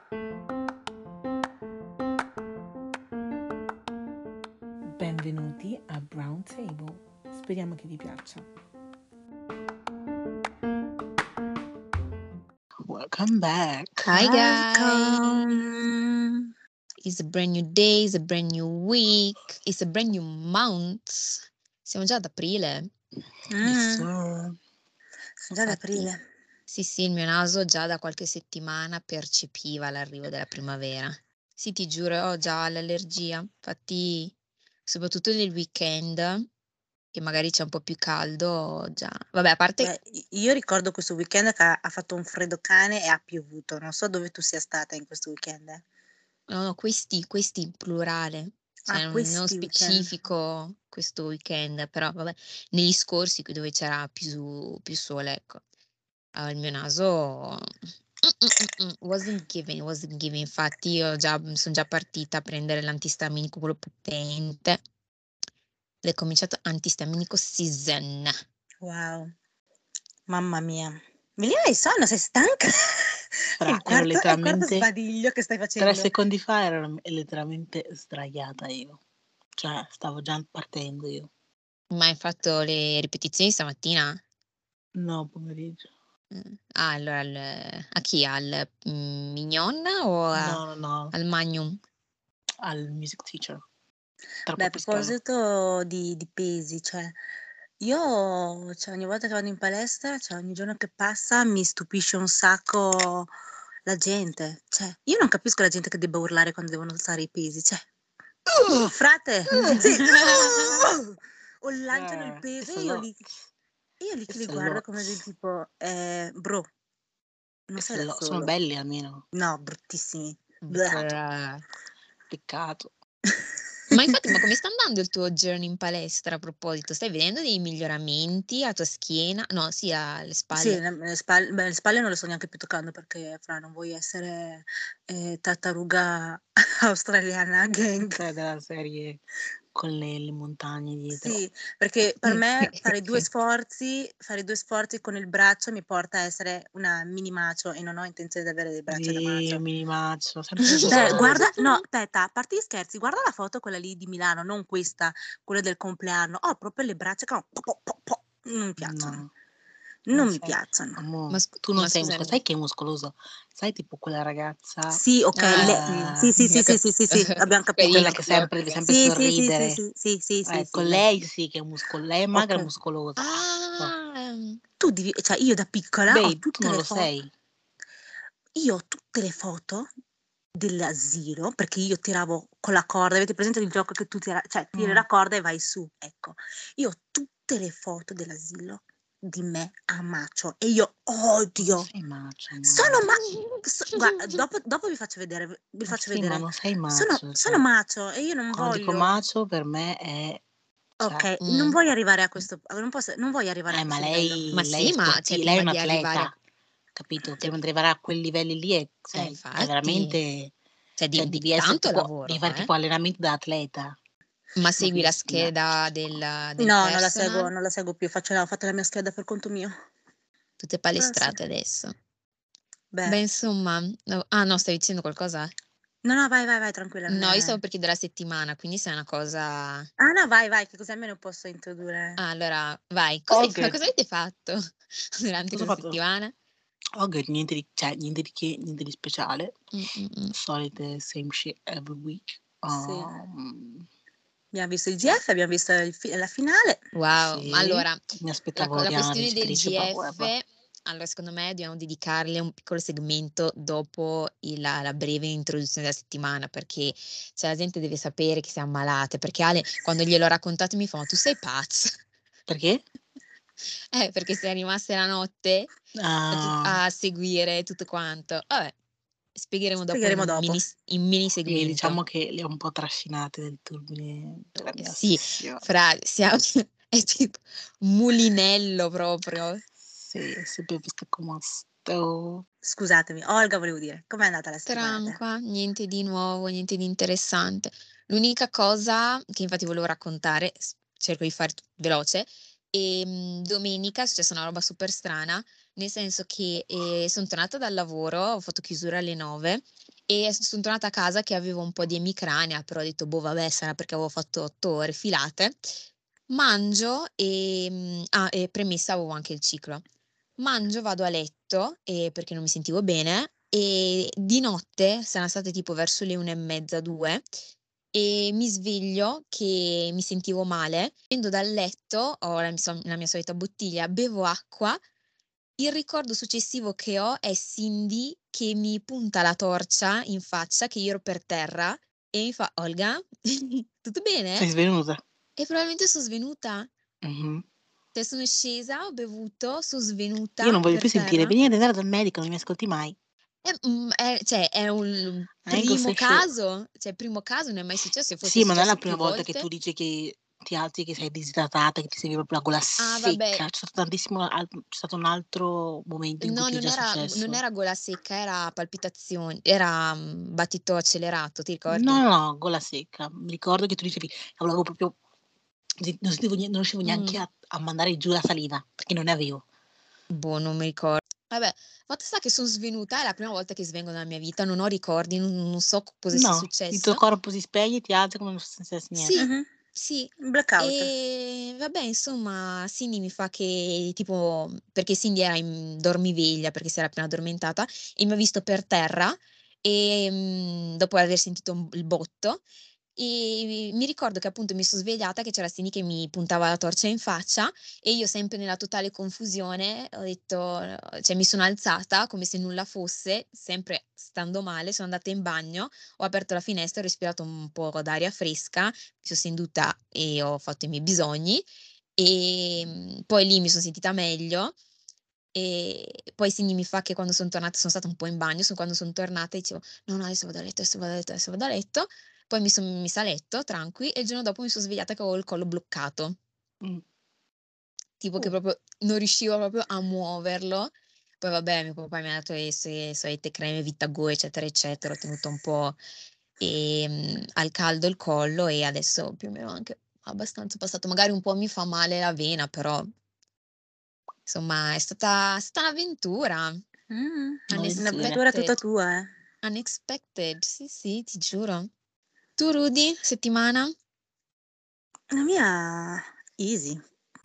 Benvenuti a Brown Table. Speriamo che vi piaccia. Welcome back. Hi guys. Welcome. It's a brand new day, it's a brand new week, it's a brand new month. Siamo già ad aprile. Yes, sir. Sono già ad Infatti, aprile. sì, il mio naso già da qualche settimana percepiva l'arrivo della primavera. Sì, ti giuro, ho già l'allergia. Infatti, soprattutto nel weekend, che magari c'è un po' più caldo, già. Vabbè, a parte Beh, io ricordo questo weekend che ha fatto un freddo cane e ha piovuto. Non so dove tu sia stata in questo weekend. no, questi in plurale, cioè non Questi weekend. specifico questo weekend, però vabbè, negli scorsi qui dove c'era più sole, ecco. Il mio naso wasn't giving. Infatti io sono già partita a prendere l'antistaminico, quello potente. Ed è cominciato antistaminico season. Wow, mamma mia. Melina, hai sonno? Sei stanca? È il Ero quarto letteralmente sbadiglio che stai 3 facendo. secondi fa ero letteralmente sdraiata io. Cioè, stavo già partendo io. Ma hai fatto le ripetizioni stamattina? No, pomeriggio. Allora a chi? Al Mignon o No, al Magnum? al music teacher. Beh, a proposito di pesi, cioè, io ogni volta che vado in palestra, cioè ogni giorno che passa mi stupisce un sacco la gente. Cioè, io non capisco la gente che debba urlare quando devono alzare i pesi. Cioè, frate, sì, o lanciano il peso e io lì che li guardo come del tipo, bro, non sei da Sono solo. belli almeno. No, bruttissimi. Peccato. Ma infatti, ma come sta andando il tuo journey in palestra a proposito? Stai vedendo dei miglioramenti a tua schiena? No, sì, alle Sì, spalle. le spalle non le sto neanche più toccando perché, fra, non vuoi essere tartaruga australiana gang. Cioè, della serie con le montagne dietro. Sì, perché per me fare due sforzi con il braccio mi porta a essere una mini macio e non ho intenzione di avere dei braccia da macio. Mini macio, sempre Beh, guarda, no, aspetta, a parte gli scherzi, guarda la foto, quella lì di Milano, non questa, quella del compleanno. Ho proprio le braccia che non mi piacciono. No. Non mi piacciono. Tu non ma sei scusami. muscoloso, sai che è muscoloso? Sai tipo quella ragazza? Sì, ok, sì, abbiamo capito. Quella che sempre deve sempre sorridere. Sì, Ecco, lei sì che è muscolosa, lei è magra e muscolosa. Tu devi, cioè io da piccola ho Babe, tutte tu non le lo foto. sei. Io ho tutte le foto dell'asilo perché io tiravo con la corda. Avete presente il gioco che tu tiri la corda e vai su? Ecco, io ho tutte le foto dell'asilo di me a macio e io odio. Sei macio. Guarda, dopo vi faccio vedere. Ma non sei macio. Sono macio e io non Quando voglio. dico macio per me è. Ok, non vuoi arrivare a questo. Non vuoi arrivare a Ma questo livello. lei è sportiva, lei è un atleta. Capito? Prima di arrivare a quei livelli lì è veramente. Devi essere tanto tipo, lavoro, devi fare tipo allenamento da atleta. Ma segui la scheda del No, personal? non la seguo più, ho fatto la mia scheda per conto mio. Tutte palestrate adesso. Beh, insomma, no, stai dicendo qualcosa? No, vai, tranquilla. No, io stavo per chiedere la settimana, quindi se è una cosa. Ah no, vai, che così almeno posso introdurre. Allora, vai, cosa avete fatto durante questa settimana? Ok, niente di che, niente di speciale. Solite same shit every week. Sì. Abbiamo visto il GF, abbiamo visto la finale. Wow, Sì. allora Mi aspettavo la questione del vincitrice, GF, allora secondo me dobbiamo dedicarle un piccolo segmento dopo la breve introduzione della settimana, perché la gente deve sapere che siamo malate, perché Ale quando gliel'ho raccontato mi fa: "Ma tu sei pazza?" Perché? Perché sei rimaste la notte a seguire tutto quanto. Vabbè, spiegheremo dopo in mini segmento. Diciamo che le ho un po' trascinate nel turbine della mia ossessione. È tipo mulinello proprio. Sì, sempre visto come sto. Scusatemi, Olga, volevo dire, com'è andata la settimana? Tranqua, niente di nuovo, niente di interessante. L'unica cosa che infatti volevo raccontare, cerco di fare veloce, domenica è successa una roba super strana, nel senso che son tornata dal lavoro, ho fatto chiusura alle 9 e son tornata a casa che avevo un po' di emicrania, però ho detto: "Boh, vabbè, sarà perché avevo fatto 8 ore filate". Mangio, premessa, avevo anche il ciclo. Mangio, vado a letto, perché non mi sentivo bene, e di notte, saran state tipo verso le 1 e mezza, 2, e mi sveglio che mi sentivo male, scendo dal letto, ho la mia solita bottiglia, bevo acqua. Il ricordo successivo che ho è Cindy che mi punta la torcia in faccia, che io ero per terra, e mi fa: "Olga, tutto bene?" Sei svenuta? E probabilmente son svenuta. Mh-mh. Cioè sono scesa, ho bevuto, son Io svenuta non voglio per più sentire: terra. "Vieni ad andare dal medico", non mi ascolti mai. Cioè è un Queste primo sce caso, cioè primo caso, non è mai successo, se fosse Sì, ma non è la successo prima più volta che volte. tu dici che ti alzi, che sei disidratata, che ti senti proprio la gola Ah vabbè, secca. C'è stato un altro momento in cui no, ti è già non successo. era gola secca, era palpitazioni, era, battito accelerato, ti No, ricordi? no, no, gola secca. Mi ricordo che tu dicevi: "Cavolo, avevo proprio non sentivo non riuscivo Mh. neanche a mandare giù la saliva, perché non ne avevo." Boh, non mi vabbè, fatto sta che son svenuta, è la prima volta che svengo nella mia vita, non ho ricordi, non so cosa sia No, il tuo successo. corpo si spegne e ti alza come se non succedesse niente. Sì, Mh-mh. sì. Blackout. Vabbè insomma Cindy mi fa che tipo perché Cindy era in dormiveglia, perché si era appena addormentata, e mi ha visto per terra, dopo aver sentito il botto, mi ricordo che appunto mi son svegliata che c'era Cindy che mi puntava la torcia in faccia, e io sempre nella totale confusione ho detto cioè mi sono alzata come se nulla fosse, sempre stando male, sono andata in bagno, ho aperto la finestra, ho respirato un po' d'aria fresca, mi son seduta e ho fatto i miei bisogni, poi lì mi son sentita meglio, poi Cindy mi fa che quando sono stata un po' in bagno, quando son tornata dicevo: "No, no, adesso vado a letto, adesso vado a letto, adesso vado a letto". Poi mi son messa a letto tranqui e il giorno dopo mi son svegliata che avevo il collo bloccato, Mh. tipo che proprio non riuscivo proprio a muoverlo. Poi vabbè, mio papà mi ha dato le sue solite creme Vitago, eccetera, eccetera, ho tenuto un po', al caldo il collo e adesso più o meno anche abbastanza passato. Magari un po' mi fa male la vena, però insomma è stata un'avventura. Maledizione. Un'avventura tutta Unexpected, tua, eh. unexpected, sì, sì, ti giuro. Tu Rudy, settimana? La mia easy.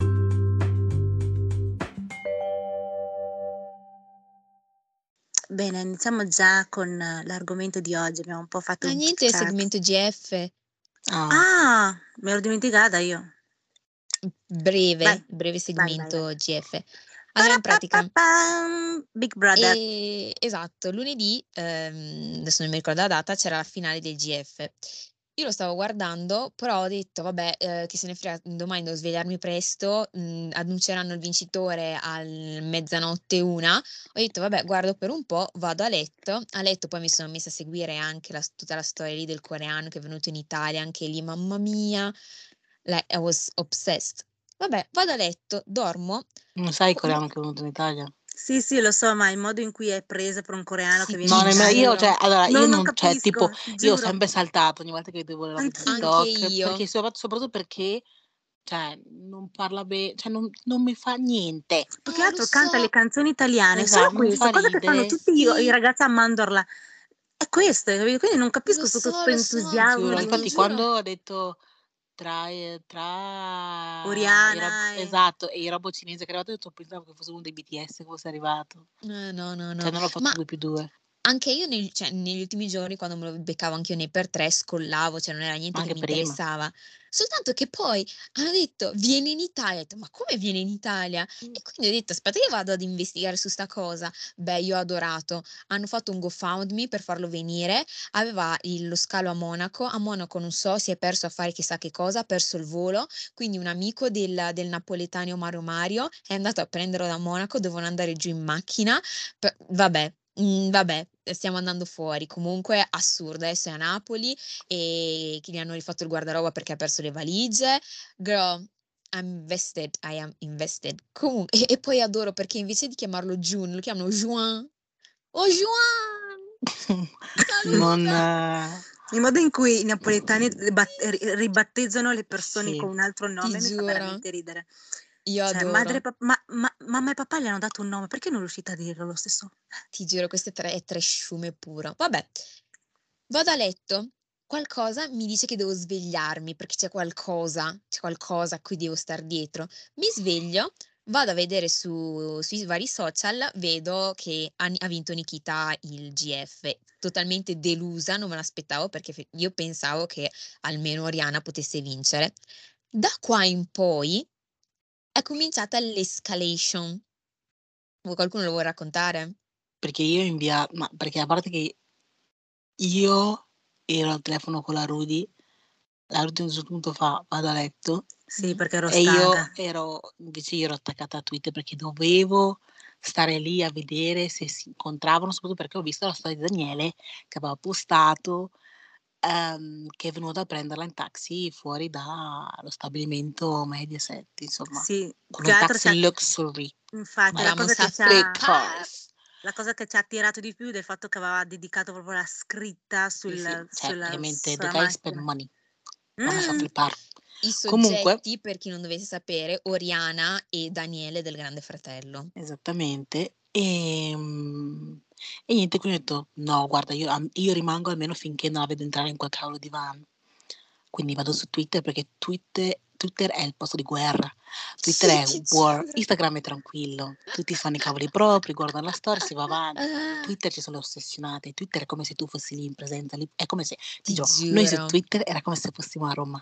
Bene, iniziamo già con l'argomento di oggi. Abbiamo un po' fatto Ah un chit niente, chat. segmento GF. Ah, Ah, me l'ero dimenticata io. Vai, Breve vai. segmento GF. Allora in pratica Pa-ra-pa-pa-pam, Big Brother. esatto, lunedì, adesso non mi ricordo la data, c'era la finale del GF. Io lo stavo guardando, però ho detto: "Vabbè, chi se ne frega, domani devo svegliarmi presto, annunceranno il vincitore al mezzanotte, 1". Ho detto: "Vabbè, guardo per un po', vado a letto". A letto poi mi sono messa a seguire anche tutta la storia lì del coreano che è venuto in Italia, anche lì, mamma mia, I was obsessed. Vabbè, vado a letto, dormo. non sai il Qu mo coreano che è venuto in Italia? Sì, sì, lo so, ma il modo in cui è presa per un coreano che Sì, viene No, in ti nemmeno io, Italia, cioè, giuro, allora, io non non, cioè, tipo, capisco, ti io ho giuro. sempre saltato ogni volta che vedevo le robe Anch'io. anche TikTok, io. perché soprattutto perché, cioè, non parla cioè, non mi fa niente. Più che Lo altro canta le so, canzoni italiane, solo Non questo, fa cosa che fanno ridere. tutti i sì, ragazzi a Mandorla. È questo, hai capito? Quindi non capisco tutto 'sto lo so, Ti entusiasmo giuro, ma di ti un infatti giuro. quando ha detto tra i Oriana rob e esatto, e il robot cinese che è arrivato, io pensavo che fosse uno dei BTS che fosse arrivato. No, no, no. Cioè non ho Ma fatto 2+2, anche io negli ultimi giorni quando me lo beccavo anch'io nei per tre, scollavo, cioè non era ma niente che anche mi prima. interessava. Soltanto che poi hanno detto: "Viene in Italia". Ho detto: "Ma come viene in Italia?" E quindi ho detto: "Aspetta che vado ad investigare su 'sta cosa". Beh, io ho adorato. Hanno fatto un GoFundMe per farlo venire, aveva lo scalo a Monaco non so, si è perso a fare chissà che cosa, ha perso il volo, quindi un amico del napoletano Mario è andato a prenderlo da Monaco, dovevano andare giù in macchina, vabbè, stiamo andando fuori. Comunque assurdo, adesso è a Napoli e che gli hanno rifatto il guardaroba perché ha perso le valigie. Girl, I am invested. E poi adoro perché invece di chiamarlo Jun, lo chiamano Juan. Oh Juan! Non Saluta! il modo in cui i napoletani ribattezzano le persone sì. con un altro Ti nome mi fa giuro, veramente ridere. io Cioè, adoro. mamma e papà gli hanno dato un nome, perché non riuscite a dirlo lo stesso? Ti giuro, questo è trashume puro. Vabbè, Vado a letto, qualcosa mi dice che devo svegliarmi perché c'è qualcosa a cui devo star dietro. Mi sveglio, vado a vedere sui vari social, vedo che ha vinto Nikita il GF. Totalmente delusa, non me l'aspettavo perché io pensavo che almeno Oriana potesse vincere. Da qua in poi è cominciata l'escalation. Qualcuno lo vuole raccontare? Perché perché a parte che io ero al telefono con la Rudy a un certo punto vado a letto Sì, perché ero e io stanca. invece ero attaccata a Twitter perché dovevo stare lì a vedere se si incontravano, soprattutto perché ho visto la storia di Daniele che aveva postato che è venuto a prenderla in taxi fuori dallo stabilimento Mediaset, insomma, Sì, con più un altro taxi luxury. infatti la Vamos cosa a che flip cars. la cosa che ci ha attirato di più del fatto che aveva dedicato proprio la scritta Sì, sì, cioè praticamente the sulla guy spend macchina. money. Vamos a flippar. I Comunque, soggetti, per chi non dovesse sapere, Oriana e Daniele del Grande Fratello. esattamente. E niente, quindi ho detto: "No, guarda, io rimango almeno finché non la vedo entrare in quel cavolo di van". Quindi vado su Twitter perché Twitter è il posto di guerra. Twitter Sì, è ti war. giuro. Instagram è tranquillo, tutti fanno i cavoli propri, guardano la storia, si va avanti. Ah, Twitter ci sono le ossessionate. Twitter è come se tu fossi lì in presenza, è come se, ti ti giuro, noi su giuro, Twitter era come se fossimo a Roma.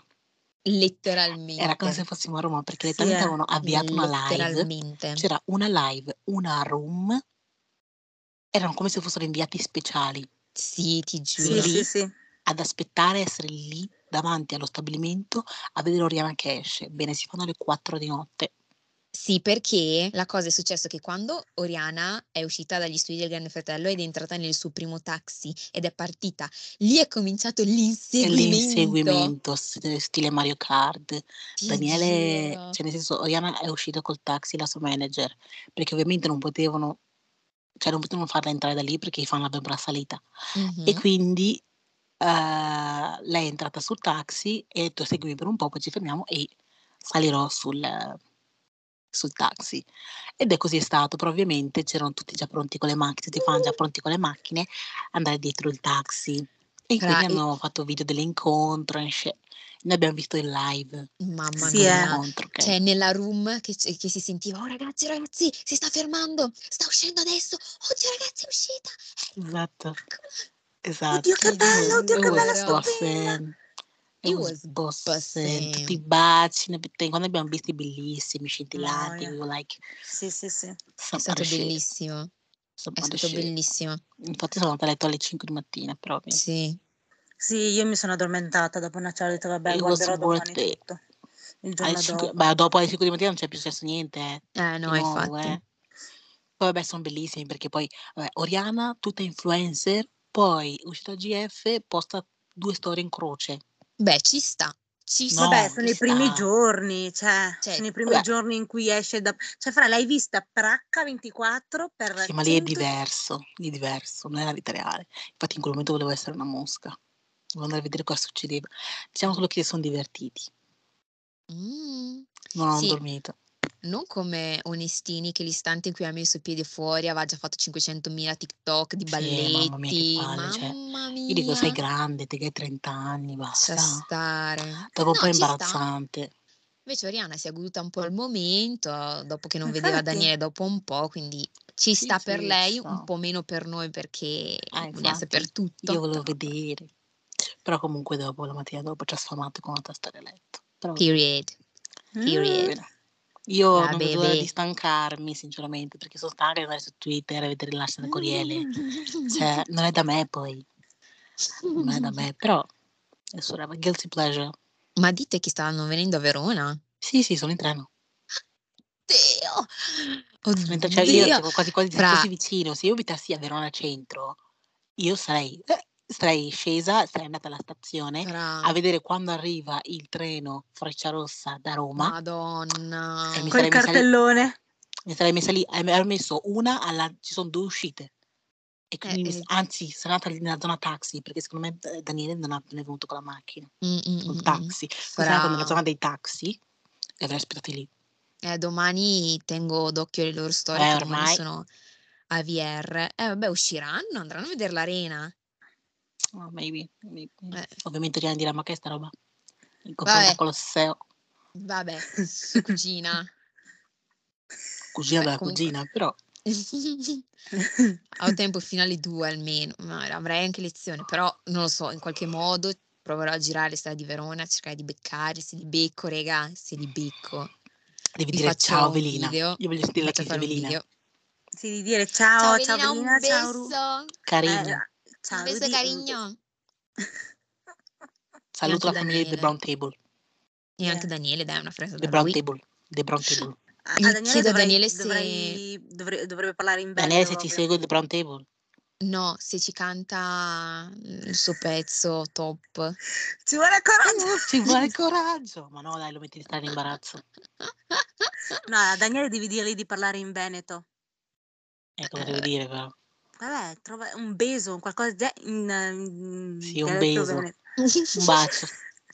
Era come se letteralmente, fossimo a Roma perché Sì, letteralmente avevano avviato una live. letteralmente. C'era una live, una room, erano come se fossero inviati speciali Sì, ti sì, giuro. sì, lì sì. ad aspettare, essere lì davanti allo stabilimento a vedere Oriana che esce. Bene, si fanno le 4 di notte. Sì, perché la cosa è successo che quando Oriana è uscita dagli studi del Grande Fratello ed è entrata nel suo primo taxi ed è partita, lì è cominciato E l'inseguimento. l'inseguimento stile Mario Kart. Ti Daniele, giuro. cioè nel senso, Oriana è uscita col taxi, la sua manager, perché ovviamente non potevano farla entrare da lì perché gli fanno la bembra salita. E Mhm. quindi lei è entrata sul taxi e ha detto: "Seguimi per un po', poi ci fermiamo e salirò sul taxi". Ed è così è stato, però ovviamente c'erano tutti già pronti con le macchine, tutti i fan già pronti con le macchine, andare dietro il taxi. E Ra- quindi e- hanno fatto video dell'incontro, noi abbiamo visto il live Mamma Sì, mia, dell'incontro, ok? cioè nella room che si sentiva, oh ragazzi, ragazzi, si sta fermando, sta uscendo adesso, oddio ragazzi è uscita, Esatto, eccola. Oddio esatto. che Ti bello, oddio It che was bella giuro, stupenda. bossing. It it was was bossing. Tutti i busting. baci, quando abbiamo visti bellissimi, Mamma scintillanti, mia. we were like Sì, sì, sì. È some other stato shit, bellissimo, some è other stato shit. bellissimo. Infatti sono andata a letto alle 5 di mattina, però Sì, Sì, io mi sono addormentata dopo una certa, ho detto vabbè, it was guarderò domani worth it. tutto, il Alle giorno 5, dopo. dopo alle 5 di mattina non c'è più successo niente, di no, nuovo, infatti. Poi vabbè, sono bellissimi perché poi, vabbè, Oriana, tutta influencer, poi uscita a GF, posta 2 storie in croce. Beh, ci sta, ci Vabbè, sta. No, sono ci i primi sta. giorni, Cioè, sono i primi Vabbè, giorni in cui esce da... Cioè, fra, l'hai vista per H24 sì, per ma lì cento... è diverso, non è la vita reale. Infatti in quel momento volevo essere una mosca, volevo andare a vedere cosa succedeva. Diciamo solo che si son divertiti, mm, non hanno sì, dormito. non come Onestini che l'istante in cui ha messo piede fuori aveva già fatto 500.000 TikTok di Sì, mamma mia che balletti. palle, cioè, Mamma io dico: "Sei mia, grande, te che hai 30 anni, lascia basta". stare. Dopo un po' No, è ci sta. imbarazzante. Invece Oriana si è goduta un po' il momento, dopo che non vedeva Infatti, Daniele dopo un po', quindi ci Sì, sta per sì, ci lei, un sta. po' meno per noi perché vogliamo Infatti, saper tutto. io volevo Però, vedere. Però comunque dopo, la mattina dopo ci ha sfamato con la stare a letto. Però vabbè. period, mm, period. Bene. Io Yeah, non vedo l'ora di baby. stancarmi, sinceramente, perché sono stanca di andare su Twitter e vedere l'asta del Corriere. Cioè, non è da me poi, non è da me, però è solo guilty pleasure. Ma dite che stanno venendo a Verona? Sì, sì, sono in treno. Dio! Cioè io Oddio! cioè, quasi quasi Fra, così vicino, se io abitassi a Verona centro, io sarei scesa, sarei andata alla stazione fra, a vedere quando arriva il treno Frecciarossa da Roma e Madonna. col cartellone. mi sarei messa lì e mi avrei messo ci son 2 uscite e Eh, quindi eh, anzi sono andata lì nella zona taxi, perché secondo me Daniele non è venuto con la macchina, mm, mm, col mm, mm. taxi. Quindi sono andata nella Fra, zona dei taxi e avrei aspettati lì. domani tengo d'occhio le loro storie che domani Ormai sono a VR. Vabbè, usciranno, andranno a vedere l'arena. Oh, maybe. Eh, Ovviamente Gianni dirà, ma che è sta roba? In confronto a vabbè, Colosseo. vabbè, sua cugina. Cugina Beh, della comunque. cugina, però. Ho tempo fino alle 2 almeno, ma avrei anche lezione, però non lo so, in qualche modo proverò a girare le strade di Verona, cercare di beccare, se li becco, raga, se li becco. Devi Vi dire ciao faccio un Velina. video, Io voglio vi sentire la faccio kiss di fare un Velina. video. Sì, di dire Ciao ciao Velina, un Velina, ciao beso, Carigno. un ciao beso Rudy, carigno. E Saluto anche la famiglia di The Daniele, Brown Table. e anche Yeah. Daniele, dai, una frase The da Brown lui. Table. The Brown Table. A Gli Daniele chiedo a Daniele se, dovrebbe parlare in Daniele, veneto se ci proprio. segue The Brown Table. no, se ci canta il suo pezzo top. Ci vuole coraggio. Ci vuole coraggio. Ma no, dai, lo metti in strano imbarazzo. No, a Daniele devi dirgli di parlare in veneto. Cosa devo dire, però? Vabbè, trova un beso, qualcosa in Sì, un dialetto beso. veneto. Un bacio.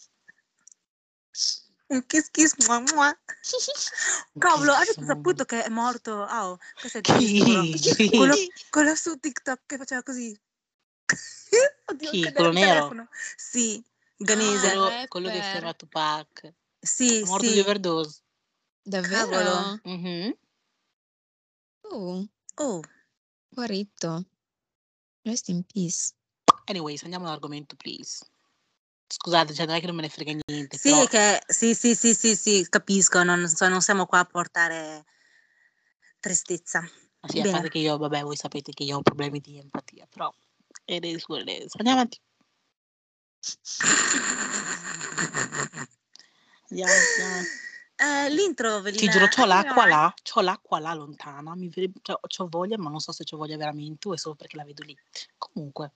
Un kiss kiss, mua mua. Un Cavolo, kiss, avete kiss. saputo che è morto? Oh, questo è triste, però. Chi? Quello su TikTok che faceva così. Oddio, Chi? cadere Quello il nero? telefono. Sì, Ah, ghanese. Quello che sembra rapper. Tupac. È Sì, morto di sì. overdose. Cavolo. Davvero? Mhm. Oh, Oh, guarito. Rest in peace. Anyways, andiamo all'argomento, please. Scusate, cioè, non è che non me ne frega niente, sì, però... sì, capisco, non siamo qua a portare tristezza. Ma sì, a Bene. parte che io, vabbè, voi sapete che io ho problemi di empatia, però... It is what it is. Andiamo avanti. Andiamo. L'intro, Ti Velina. giuro, c'ho l'acqua là lontana, cioè, c'ho voglia, ma non so se c'ho voglia veramente o è solo perché la vedo lì. Comunque,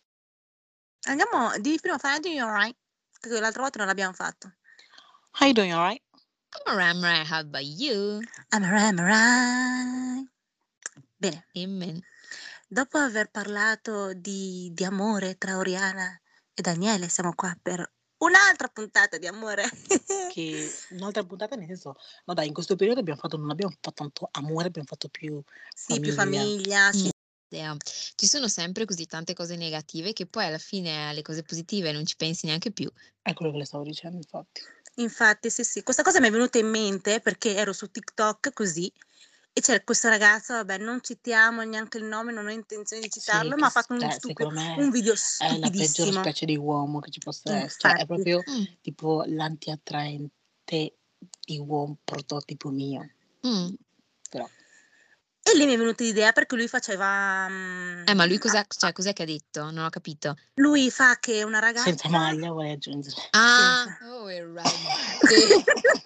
Andiamo, devi prima fare Do You Alright? Perché l'altra volta non l'abbiamo fatto. how you doing, alright? I'm right, how about you? I'm alright. Bene, Amen. dopo aver parlato di amore tra Oriana e Daniele, siamo qua per un'altra puntata di amore. Che un'altra puntata, nel senso, no dai, in questo periodo non abbiamo fatto tanto amore, abbiamo fatto più Sì, più famiglia. famiglia, sì. Ci sono sempre così tante cose negative che poi alla fine alle cose positive non ci pensi neanche più. È quello che le stavo dicendo, infatti. Infatti, sì. Questa cosa mi è venuta in mente perché ero su TikTok così e c'era questo ragazzo, vabbè, non citiamo neanche il nome, non ho intenzione di citarlo, ma ha fatto secondo me un video è la peggior stupidissimo. specie di uomo che ci possa essere. Cioè, è Infatti. proprio tipo l'antiattraente di uomo prototipo mio. Mm. Però. E lì mi è venuta l'idea perché lui faceva... Ma lui cos'è che ha detto? Non ho capito. Lui fa che una ragazza... Senza maglia, vuole aggiungere. Ah, oh, il ragazzi.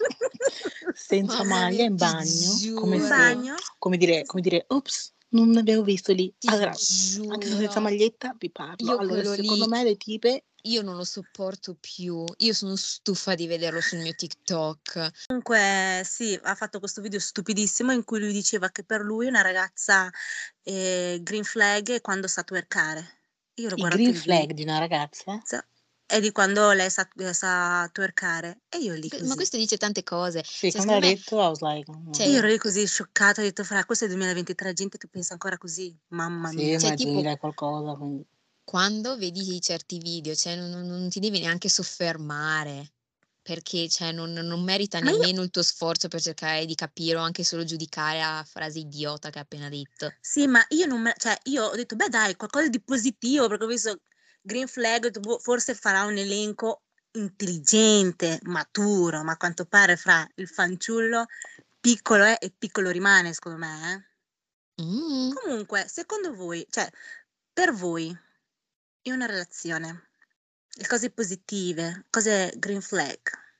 Senza Mamma maglia mia, in ti bagno, giuro. come dire, ops, non l'avevo visto lì. Ti Allora, anche se senza giuro. maglietta vi parlo. Io Allora, quello secondo lì, me le tipe... io non lo sopporto più. Io sono stufa di vederlo sul mio TikTok. Comunque sì, ha fatto questo video stupidissimo in cui lui diceva che per lui una ragazza green flag è quando sa twerkare. Io l'ho Il guardato green il video. flag di una ragazza? È di quando lei sa twerkare. E io lì Ma così. questo dice tante cose. Sì, Cioè, quando l'ha secondo me, detto, I was like... cioè, Io ero lì così scioccata, ho detto, fra, questo è il 2023, gente che pensa ancora così, mamma Sì, mia. ma è tipo, 2000 e qualcosa, quindi... quando vedi certi video, cioè, non ti devi neanche soffermare, perché cioè, non merita Ma io, nemmeno il tuo sforzo per cercare di capire o anche solo giudicare la frase idiota che ha appena detto. sì, ma io non cioè, io ho detto, beh dai, qualcosa di positivo, perché ho visto Green Flag, ho detto, boh, forse farà un elenco intelligente, maturo, ma a quanto pare fra il fanciullo piccolo è e piccolo rimane, secondo me. Comunque, secondo voi, cioè, per voi, in una relazione, le cose positive, cose green flag?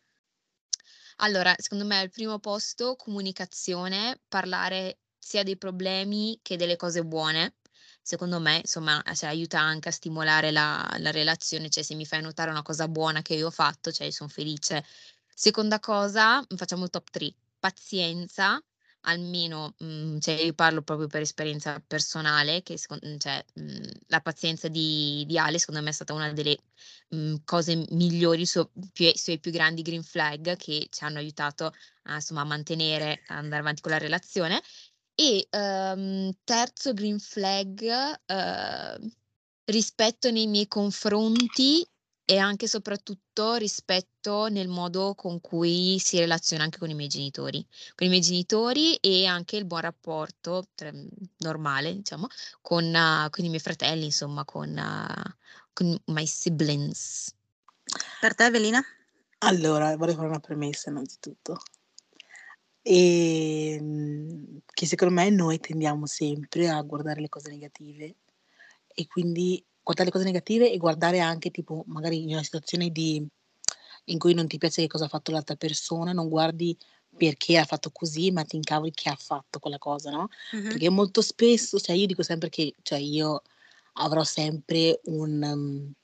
Allora, secondo me al primo posto comunicazione, parlare sia dei problemi che delle cose buone. Secondo me, insomma, cioè aiuta anche a stimolare la relazione, cioè se mi fai notare una cosa buona che io ho fatto, cioè son felice. Seconda cosa, facciamo il top 3, pazienza, almeno, cioè io parlo proprio per esperienza personale che cioè, la pazienza di Ale secondo me è stata una delle cose migliori, suoi più grandi green flag che ci hanno aiutato a insomma a mantenere, a andare avanti con la relazione. E, terzo green flag, Rispetto nei miei confronti e anche soprattutto rispetto nel modo con cui si relaziona anche con i miei genitori. Con i miei genitori e anche il buon rapporto normale, diciamo, con i miei fratelli, insomma, con my siblings. Per te, Evelina? Allora, vorrei fare una premessa innanzitutto. Che secondo me noi tendiamo sempre a guardare le cose negative e quindi guardare le cose negative e guardare anche tipo magari in una situazione in cui non ti piace che cosa ha fatto l'altra persona, non guardi perché ha fatto così, ma ti incavoli che ha fatto quella cosa, no? Mhm. Perché molto spesso, cioè io dico sempre che io avrò sempre un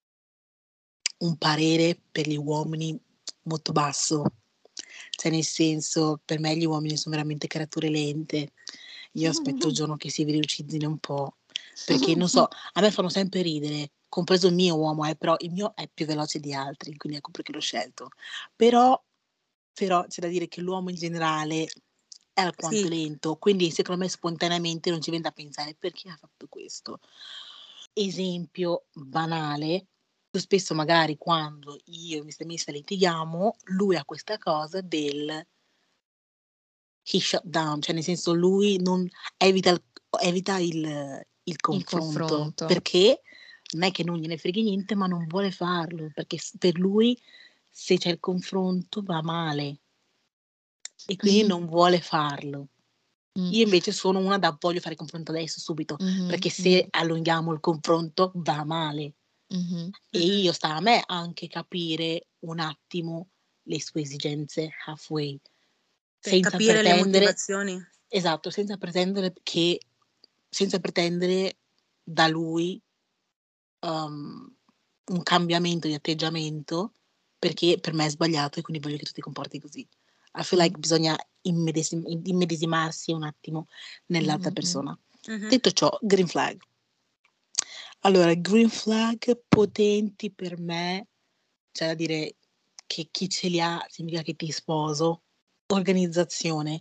parere per gli uomini molto basso. Cioè nel senso, per me gli uomini sono veramente creature lente. Io aspetto il giorno che si velocizzino un po', perché non so, a me fanno sempre ridere, compreso il mio uomo, però il mio è più veloce di altri, quindi ecco perché l'ho scelto. Però c'è da dire che l'uomo in generale è alquanto Sì, lento, quindi secondo me spontaneamente non ci viene da pensare perché ha fatto questo. Esempio banale, spesso magari quando io e Mr. Miss litighiamo, lui ha questa cosa del he shut down, cioè nel senso lui non evita il confronto, confronto. perché non è che non gliene freghi niente, ma non vuole farlo, perché per lui se c'è il confronto va male e quindi non vuole farlo. Io invece sono una da voglio fare il confronto adesso, subito, perché se allunghiamo il confronto va male. E io sta a me anche capire un attimo le sue esigenze halfway, per senza capire le pretendere, motivazioni. esatto, senza pretendere da lui un cambiamento di atteggiamento, perché per me è sbagliato e quindi voglio che tu ti comporti così. I feel like bisogna immedesimarsi un attimo nell'altra persona. Mhm. Detto ciò, green flag. Allora, green flag potenti per me, c'è da dire che chi ce li ha significa che ti sposo. Organizzazione.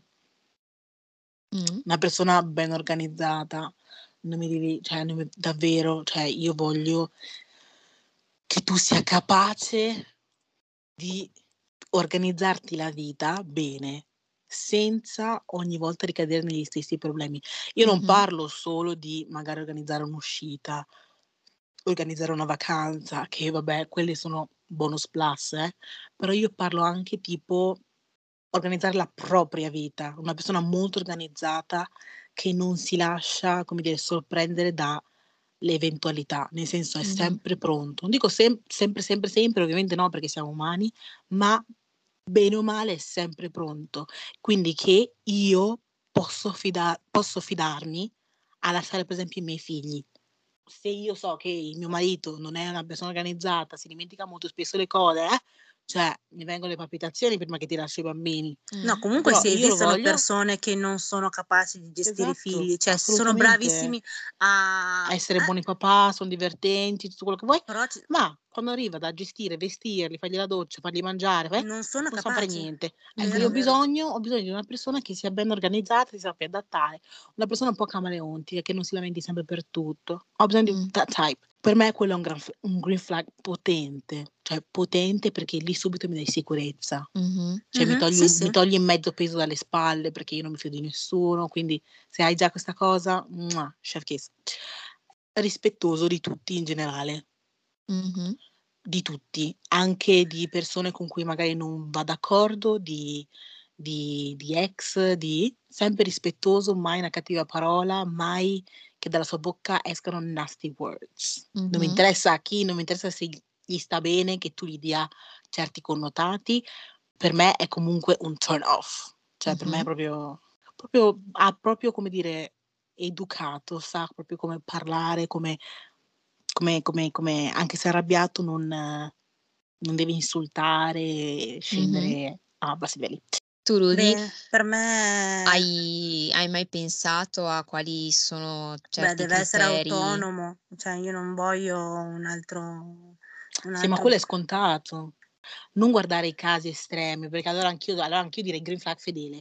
Una persona ben organizzata, non mi devi, davvero, io voglio che tu sia capace di organizzarti la vita bene, senza ogni volta ricadere negli stessi problemi. Io non parlo solo di magari organizzare un'uscita, organizzare una vacanza, che vabbè, quelli sono bonus plus, però io parlo anche tipo organizzare la propria vita, una persona molto organizzata che non si lascia, come dire, sorprendere dalle eventualità, nel senso è sempre pronto. Non dico sempre, ovviamente no, perché siamo umani, ma bene o male è sempre pronto. Quindi che io posso fidarmi a lasciare per esempio i miei figli. Se io so che il mio marito non è una persona organizzata, si dimentica molto spesso le cose, mi vengono le palpitazioni prima che ti lascio i bambini. No, comunque Però sì, io lo esistono voglio, persone che non sono capaci di gestire i esatto, figli, cioè sono assolutamente, bravissimi a... a essere buoni papà, sono divertenti, tutto quello che vuoi, però ma quando arriva da gestire, vestirli, fargli la doccia, fargli mangiare, non sono non sa fare capaci. niente. Vero, Ecco, io ho vero. bisogno di una persona che sia ben organizzata, si sappia adattare, una persona un po' camaleontica, che non si lamenti sempre per tutto. Ho bisogno di that type. Per me quello è un green flag potente, cioè potente perché lì subito mi dai sicurezza. Cioè mi Sì, sì. togli mezzo peso dalle spalle perché io non mi fido di nessuno, quindi se hai già questa cosa, chef kiss. Rispettoso di tutti in generale, di tutti, anche di persone con cui magari non va d'accordo, di ex, sempre rispettoso, mai una cattiva parola, mai che dalla sua bocca escano nasty words. Non mi interessa a chi, non mi interessa se gli sta bene che tu gli dia certi connotati, per me è comunque un turn off. Cioè per me è proprio ha proprio, come dire, educato, sa proprio come parlare, come anche se è arrabbiato non devi insultare, scendere a bassi livelli. Tu Rudy, Beh, per me, hai mai pensato a quali sono certi deve essere criteri? autonomo, cioè io non voglio un altro... Sì, ma quello è scontato. Non guardare i casi estremi, perché allora anch'io direi green flag fedele.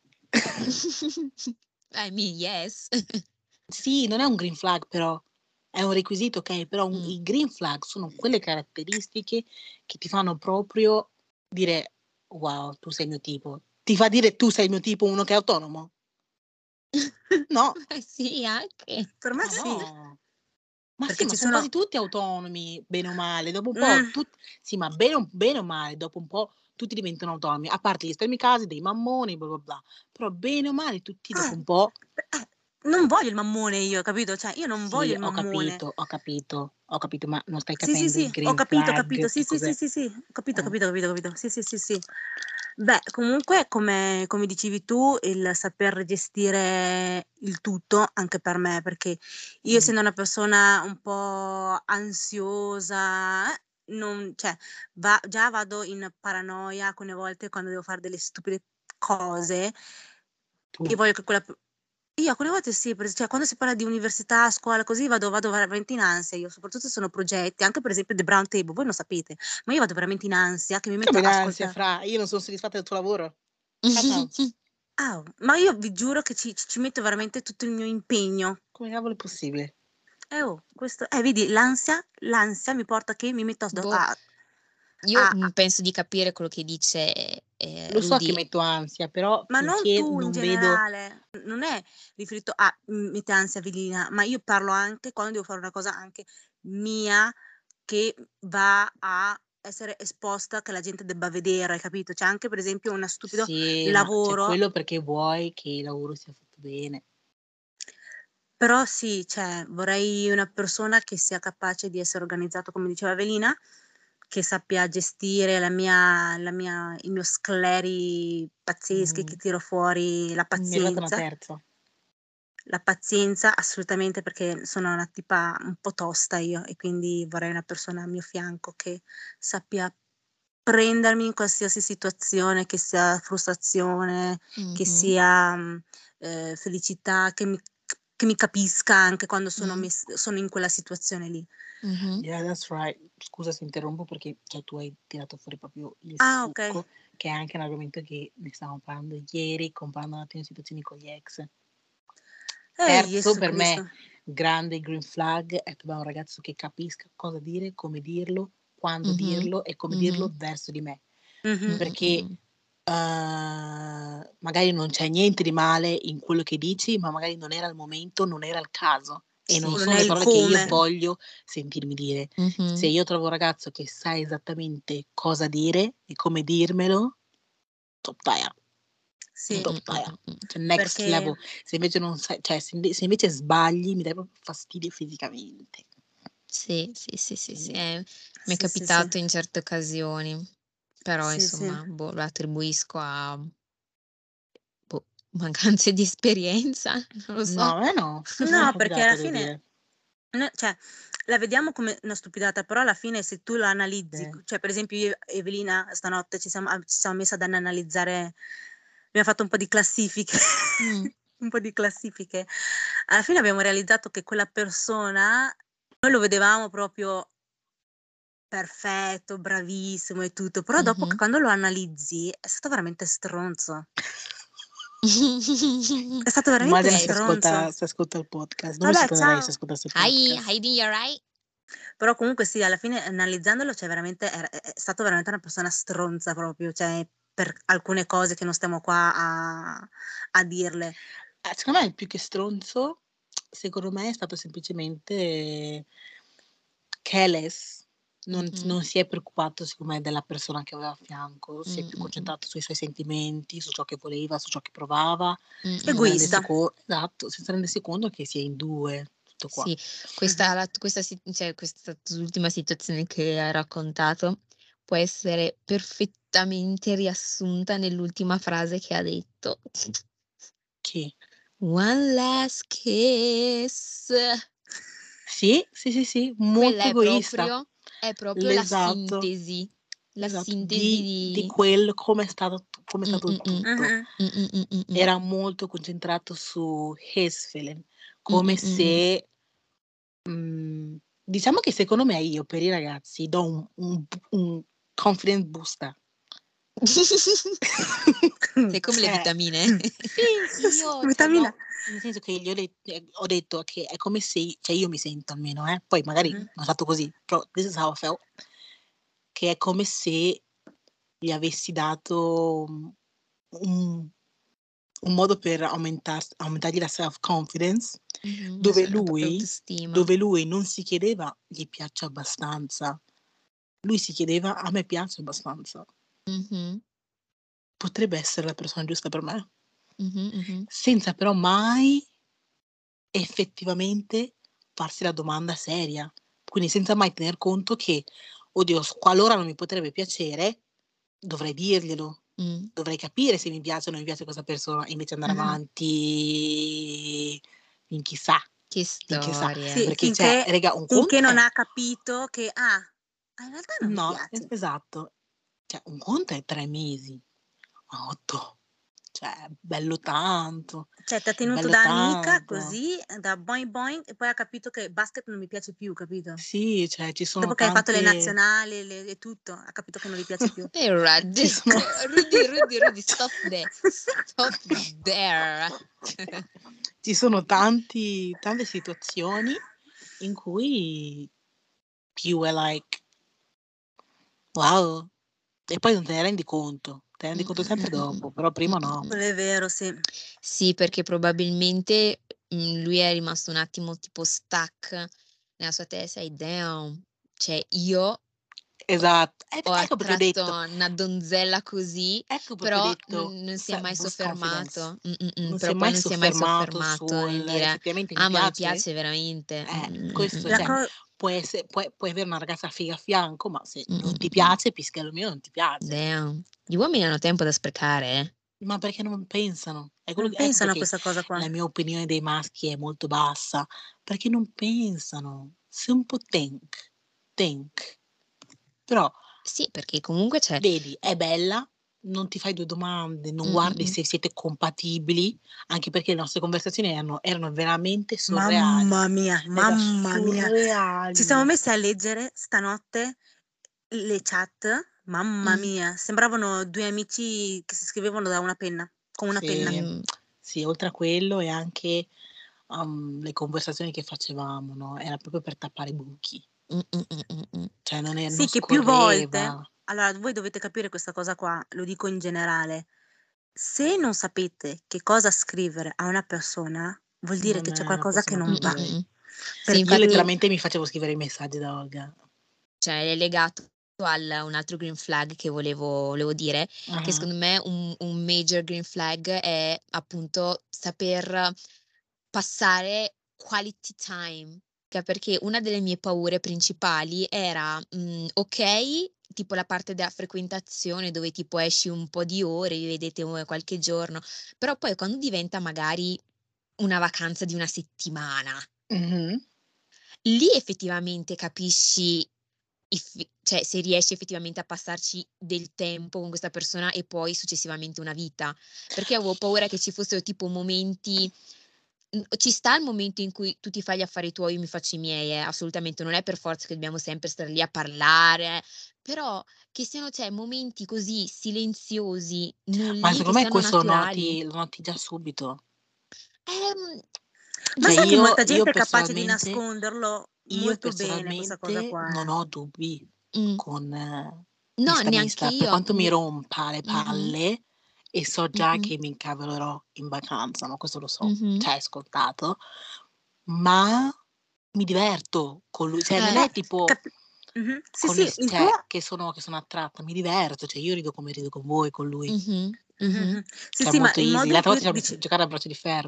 I mean, yes. Sì, non è un green flag però, è un requisito, ok, però i green flag sono quelle caratteristiche che ti fanno proprio dire wow, tu sei il mio tipo. Ti fa dire tu sei il mio tipo uno che è autonomo? No. Sì, anche. Per me Ma sì. no. Ma Perché sì, ma ci sono sono... quasi tutti autonomi, bene o male. Dopo un po', sì, ma bene o male, dopo un po' tutti diventano autonomi, a parte gli estremi casi dei mammoni, bla bla bla. Però bene o male tutti dopo un po'. Non voglio il mammone io, capito? Cioè, io non voglio Sì, il mammone. ho capito, ma non stai Sì, capendo il ho green capito, flag sì, che cos'è? ho capito, sì. Beh, comunque, come dicevi tu, il saper gestire il tutto, anche per me, perché io essendo una persona un po' ansiosa, cioè, già vado in paranoia alcune volte quando devo fare delle stupide cose e voglio che io alcune volte sì, cioè quando si parla di università, scuola, così vado veramente in ansia, io soprattutto se sono progetti, anche per esempio The Brown Table, voi non sapete, ma io vado veramente in ansia, che mi metto Come a in ansia, ascoltare. io non sono soddisfatta del tuo lavoro. Ma io vi giuro che ci metto veramente tutto il mio impegno. Come cavolo è possibile? Questo, vedi, l'ansia mi porta che mi metto Io penso di capire quello che dice Lo so che Rudy. metto ansia, però Ma non finché tu in non vedo... generale, non è riferito a mette ansia Evelina, ma io parlo anche quando devo fare una cosa anche mia che va a essere esposta, che la gente debba vedere, hai capito? C'è anche per esempio uno stupido Sì, ma c'è lavoro. quello perché vuoi che il lavoro sia fatto bene. Però sì, cioè, vorrei una persona che sia capace di essere organizzato, come diceva Evelina, che sappia gestire il mio scleri pazzeschi, che tiro fuori la Mi è arrivata una pazienza. terza. La pazienza assolutamente, perché sono una tipa un po' tosta io e quindi vorrei una persona a mio fianco che sappia prendermi in qualsiasi situazione, che sia frustrazione, che sia felicità, che mi capisca anche quando sono in quella situazione lì. Yeah, that's right. Scusa se interrompo perché tu hai tirato fuori proprio il Ok. succo, che è anche un argomento che ne stavamo parlando ieri, comparando un attimo le situazioni con gli ex. Terzo, per me, grande green flag è che abbiamo un ragazzo che capisca cosa dire, come dirlo, quando dirlo e come dirlo verso di me. Perché magari non c'è niente di male in quello che dici, ma magari non era il momento, non era il caso. E non sono le parole che io voglio sentirmi dire. Se io trovo un ragazzo che sa esattamente cosa dire e come dirmelo, top tier. Sì. Top tier. Cioè, next level. Se invece non sai, cioè se invece sbagli, mi dai proprio fastidio fisicamente. Sì. Mi è capitato in certe occasioni, però insomma, lo attribuisco a mancanze di esperienza, non lo so. No, no, perché alla fine, cioè, la vediamo come una stupidata, però alla fine se tu la analizzi, cioè per esempio io e Evelina stanotte ci siamo messe ad analizzare, abbiamo fatto un po' di classifiche, un po' di classifiche. Alla fine abbiamo realizzato che quella persona, noi lo vedevamo proprio perfetto, bravissimo e tutto, però dopo che quando lo analizzi è stato veramente stronzo. È stato veramente stronzo. Se ascolta il podcast. Non Vabbè, mi ciao. se ascoltasse il podcast. Heidi, you alright? Però comunque sì, alla fine analizzandolo c'è veramente, è stato veramente una persona stronza proprio, cioè per alcune cose che non stiamo qua a dirle. Secondo me più che stronzo, secondo me è stato semplicemente careless. Non si è preoccupato, secondo me, della persona che aveva a fianco, si è più concentrato sui suoi sentimenti, su ciò che voleva, su ciò che provava. Egoista. Esatto, senza rendersi conto che si è in due. Tutto qua. Sì, questa ultima situazione che hai raccontato può essere perfettamente riassunta nell'ultima frase che ha detto. Chi? One last kiss. Sì, molto egoista. È proprio la sintesi. La sintesi di quello, come è stato tutto. Era molto concentrato su his feeling, come se diciamo che secondo me io per i ragazzi do un confidence booster. Sei come le Cioè, vitamine. sì, io, cioè, Vitamina. no, nel senso che ho detto che è come se, cioè io mi sento almeno, poi magari Mhm. non ho fatto così, però this is how I felt, che è come se gli avessi dato un modo per aumentargli la self-confidence, dove La propria lui, autostima. non si chiedeva gli piaccio abbastanza, lui si chiedeva a me piace abbastanza, Mhm, potrebbe essere la persona giusta per me, mhm, mhm. senza però mai effettivamente farsi la domanda seria, quindi senza mai tener conto che, oddio, qualora non mi potrebbe piacere, dovrei dirglielo. Mm. Dovrei capire se mi piace o non mi piace questa persona e invece andare Mhm. avanti in chissà, Che in chissà. storia. Sì, Perché cioè, finché, raga, un finché conto non è ha capito che, in realtà non mi no, piace. esatto. Cioè, un conto è 3 mesi, 8. Cioè, bello tanto, Cioè, ti ha tenuto bello da amica tanto. così, da boing boing, e poi ha capito che basket non mi piace più, capito? Sì, cioè, ci sono Dopo che hai fatto le tante nazionali e tutto, ha capito che non gli piace più. Hey, ci sono Rudy, stop there. Stop there. ci sono tante situazioni in cui più è like wow, e poi non te ne rendi conto, te ne rendi conto sempre dopo, però prima no. Quello è vero, sì. Sì, perché probabilmente lui è rimasto un attimo tipo stuck nella sua testa e damn, cioè io Esatto, ho ecco perché ho detto, attratto una donzella così, ecco perché ho però detto non si è mai boost confidence. soffermato, Non si però è poi mai non si è mai soffermato soffermato nel sul dire effettivamente mi ah ma mi piace? piace veramente. Questo, La cioè, co- puoi avere una ragazza figa a fianco, ma se Mm, non mm, ti mm. piace, pischello mio non ti piace. Damn. Gli uomini hanno tempo da sprecare, Ma perché non pensano? È quello non ecco pensano a perché questa cosa qua. la mia opinione dei maschi è molto bassa, perché non pensano. Simple think. Però Sì, perché comunque c'è vedi, è bella, non ti fai 2 domande, non guardi se siete compatibili, anche perché le nostre conversazioni erano veramente surreali. Mamma mia, Raga, mamma mia. Ci siamo surreali. messi a leggere stanotte le chat, mamma Mm. mia, sembravano due amici che si scrivevano da una penna, con una penna. Mm. Sì, oltre a quello e anche le conversazioni che facevamo, no? Era proprio per tappare i buchi. Cioè non Sì, che più volte, allora voi dovete capire questa cosa qua, lo dico in generale, se non sapete che cosa scrivere a una persona, vuol dire che c'è Non qualcosa che possiamo non va. capire. Sì, Perché Io infatti, letteralmente mi facevo scrivere i messaggi da Olga. cioè, è legato un altro green flag che volevo dire, che secondo me un major green flag è appunto saper passare quality time, perché una delle mie paure principali era, ok, tipo la parte della frequentazione dove tipo esci un po' di ore, vi vedete qualche giorno, però poi quando diventa magari una vacanza di una settimana, Mh-mh. lì effettivamente capisci cioè se riesci effettivamente a passarci del tempo con questa persona e poi successivamente una vita. Perché avevo paura che ci fossero tipo momenti ci sta il momento in cui tu ti fai gli affari tuoi, io mi faccio i miei, assolutamente, non è per forza che dobbiamo sempre stare lì a parlare, però che siano, cioè, momenti così silenziosi, Ma nulli, che secondo me siano questo naturali. lo noti già subito. Ehm, Ma Cioè sai che molta io gente è capace di personalmente nasconderlo molto bene questa cosa qua. non ho dubbi mh, con no, neanche per io, quanto mi rompa le mh-mh, palle e so già mh-mh, che mi incavolerò in vacanza, ma questo lo so, mh-mh. cioè è scontato, ma mi diverto con lui, cioè non Eh, è tipo Sì, sì, il tuo... che sono attratta, mi diverto, cioè io rido come rido con voi, con lui. mh-mh, mh-mh. Sì, Cioè sì, ma molto il easy. modo in L'altra cui volta ci dici... siamo giocare a braccio di ferro,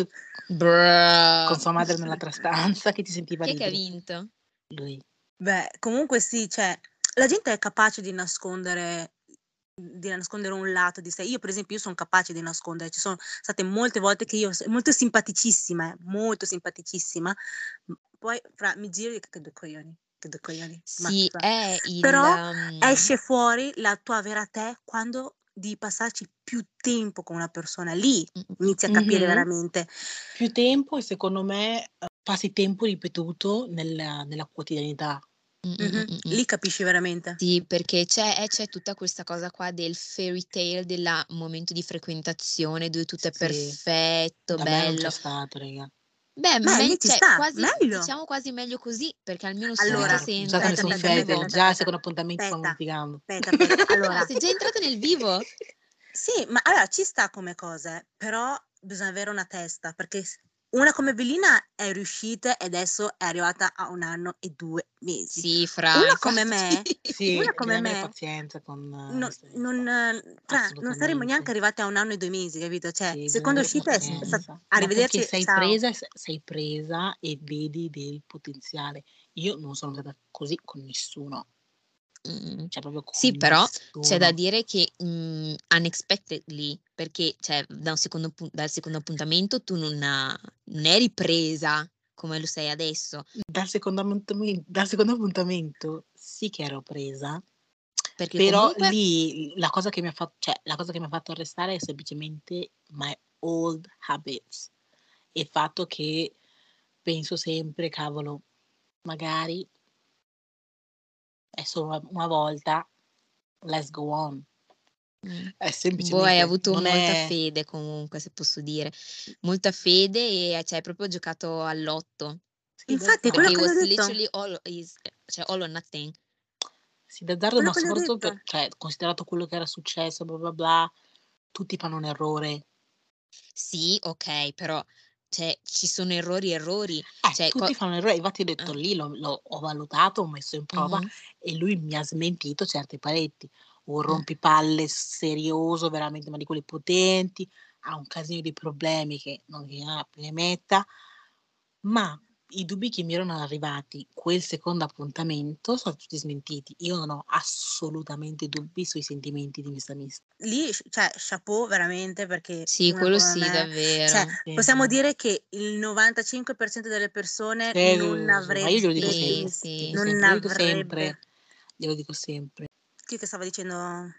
con Bruh. sua madre nell'altra stanza che ci sentiva Chi è che ha ridere. vinto? Lui. Beh, comunque sì, cioè, la gente è capace di nascondere un lato di sé. Io, per esempio, io sono capace di nascondere. Ci sono state molte volte che io, molto simpaticissima, poi mi giro e dico che due coglioni, ma Sì, fa. è il Però esce fuori la tua vera te quando devi passarci più tempo con una persona. Lì inizi a capire Mh-mh. veramente. Più tempo e secondo me, passi tempo ripetuto nella quotidianità. Lì capisci veramente. Sì, perché c'è tutta questa cosa qua del fairy tale, del momento di frequentazione dove tutto è Sì, perfetto, da me non c'è bello. stato, raga. Beh, Lì ci sta, quasi, meglio. diciamo quasi meglio così, perché almeno Allora, subito Già sei quando entrata sono nel vivo. già al secondo appuntamento stiamo litigando. Aspetta. Allora, Sei già entrata nel vivo? sì, ma allora ci sta come cose, però bisogna avere una testa, perché una come Bellina è riuscita e adesso è arrivata a 1 anno e 2 mesi. Sì, Fra, Una come infatti. me, Sì, una come bisogna avere me, pazienza con non saremmo assolutamente. neanche arrivate a 1 anno e 2 mesi, capito? Cioè, Sì, bisogna seconda avere uscita è pazienza. Ma arrivederci, perché ciao. sei presa e vedi del potenziale. Io non sono stata così con nessuno, cioè proprio con Sì, però c'è da nessuno. dire che unexpectedly, perché cioè, dal secondo appuntamento tu non eri presa come lo sei adesso, Dal secondo appuntamento sì che ero presa, perché però comunque lì la cosa che mi ha fatto arrestare è semplicemente my old habits. Il fatto che penso sempre, cavolo, magari è solo una volta, let's go on. È hai semplicemente, avuto non molta è... fede comunque, se posso dire, molta fede e cioè, hai proprio giocato all'otto, Sì, Infatti è quello perché it che was le ho detto. literally all or nothing. Sì, d'azzardo, Quello ma che le ho soprattutto, detto. cioè, considerato quello che era successo, bla bla bla, tutti fanno un errore. Sì, ok, però cioè, ci sono errori, cioè, Tutti fanno un errore, infatti ho detto lì, ho valutato, ho messo in prova Mhm. e lui mi ha smentito certi paletti. Un rompipalle serioso, veramente, ma di quelli potenti, ha un casino di problemi che non gli ha ne metta, ma i dubbi che mi erano arrivati quel secondo appuntamento sono tutti smentiti. Io non ho assolutamente dubbi sui sentimenti di questa mista. Lì, cioè, chapeau veramente, perché Sì, una quello come sì, me, cioè, davvero. possiamo dire che il 95% delle persone non Ma io glielo dico Sì, sempre, sì. non glielo dico avrebbe. sempre, glielo dico sempre. Chi che stava dicendo?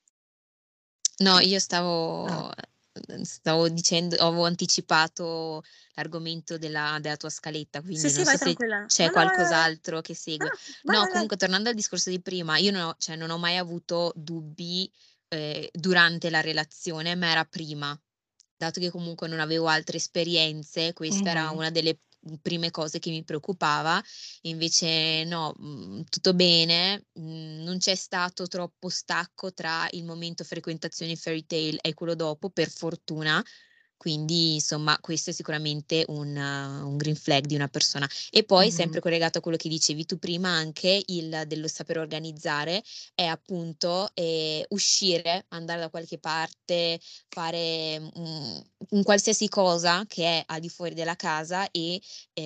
No, io stavo dicendo, avevo anticipato l'argomento della tua scaletta, Sì, quindi sì, non so vai se tranquilla. c'è No, vai. qualcos'altro che No, segue. vai, No, vai. comunque tornando al discorso di prima, io non ho mai avuto dubbi durante la relazione, ma era prima. Dato che comunque non avevo altre esperienze, questa era una delle prime cose che mi preoccupava. Invece no, tutto bene, non c'è stato troppo stacco tra il momento frequentazione fairy tale e quello dopo, per fortuna. Quindi insomma questo è sicuramente un green flag di una persona. E poi sempre collegato a quello che dicevi tu prima, anche il dello sapere organizzare è appunto uscire, andare da qualche parte, fare un qualsiasi cosa che è al di fuori della casa e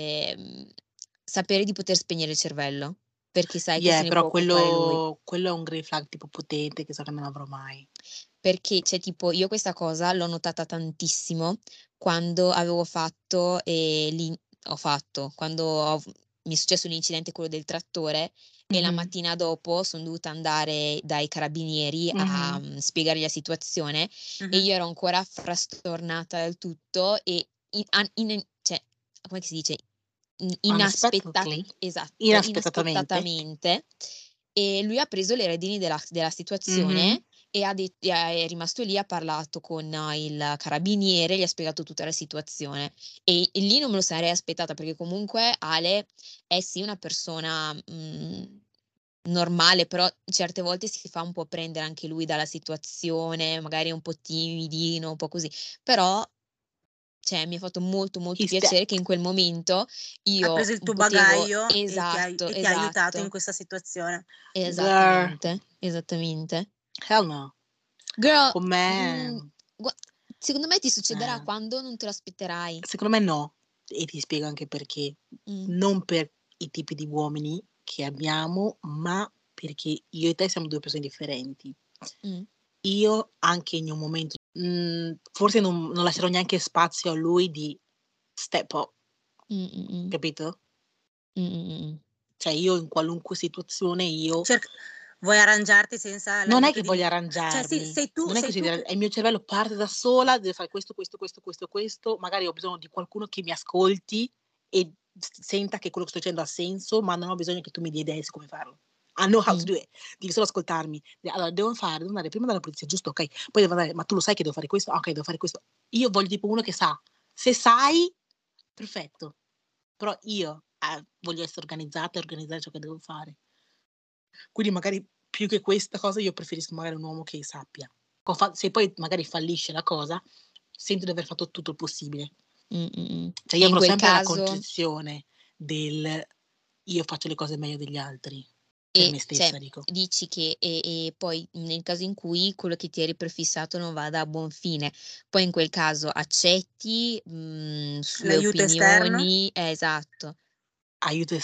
sapere di poter spegnere il cervello, perché sai che se ne Però può occupare lui. quello è un green flag tipo potente che so che non avrò mai. Perché cioè tipo io questa cosa l'ho notata tantissimo quando avevo fatto, quando mi è successo l'incidente, quello del trattore, e la mattina dopo son dovuta andare dai carabinieri a spiegargli la situazione e io ero ancora frastornata dal tutto e cioè, come si dice? Unexpectedly? Esatto, Inaspettatamente. inaspettatamente, e lui ha preso le redini della situazione e è rimasto lì, ha parlato con il carabiniere, gli ha spiegato tutta la situazione e lì non me lo sarei aspettata, perché comunque Ale è sì una persona, normale, però certe volte si fa un po' prendere anche lui dalla situazione, magari è un po' timidino, un po' così, però cioè mi ha fatto molto, molto He piacere che stepped. in quel momento Ha io preso il tuo potevo bagaglio esatto, e ti ha aiutato in esatto, questa situazione. Girl, esattamente. hell no. Girl, Con me, gua secondo me ti succederà eh, quando non te lo aspetterai. secondo me no. E ti spiego anche perché. Mh, Non per i tipi di uomini che abbiamo, ma perché io e te siamo 2 persone differenti. mh, Io anche in un momento, forse non lascerò neanche spazio a lui di step up, mh. capito? Mh. Cioè io in qualunque situazione io Vuoi arrangiarti senza non è l'aiuto che di. voglio Cioè, sì, arrangiarmi, non è sei così, tu il mio cervello parte da sola, deve fare questo, magari ho bisogno di qualcuno che mi ascolti e senta che quello che sto dicendo ha senso, ma non ho bisogno che tu mi dia idee su come farlo. I know how to do it. Devi solo ascoltarmi. Allora, devo andare prima dalla polizia, giusto? Ok. Poi devo andare, ma tu lo sai che devo fare questo? Ok, devo fare questo. Io voglio tipo uno che sa. Se sai, perfetto. Però io voglio essere organizzata e organizzare ciò che devo fare. Quindi magari più che questa cosa io preferisco magari un uomo che sappia. Se poi magari fallisce la cosa, sento di aver fatto tutto il possibile. Cioè io in avrò quel sempre la caso concezione del io faccio le cose meglio degli altri per me stessa, cioè, dico. dici che e poi nel caso in cui quello che ti eri prefissato non vada a buon fine, poi in quel caso accetti, sue L'aiuto esterno? opinioni esatto. Aiuto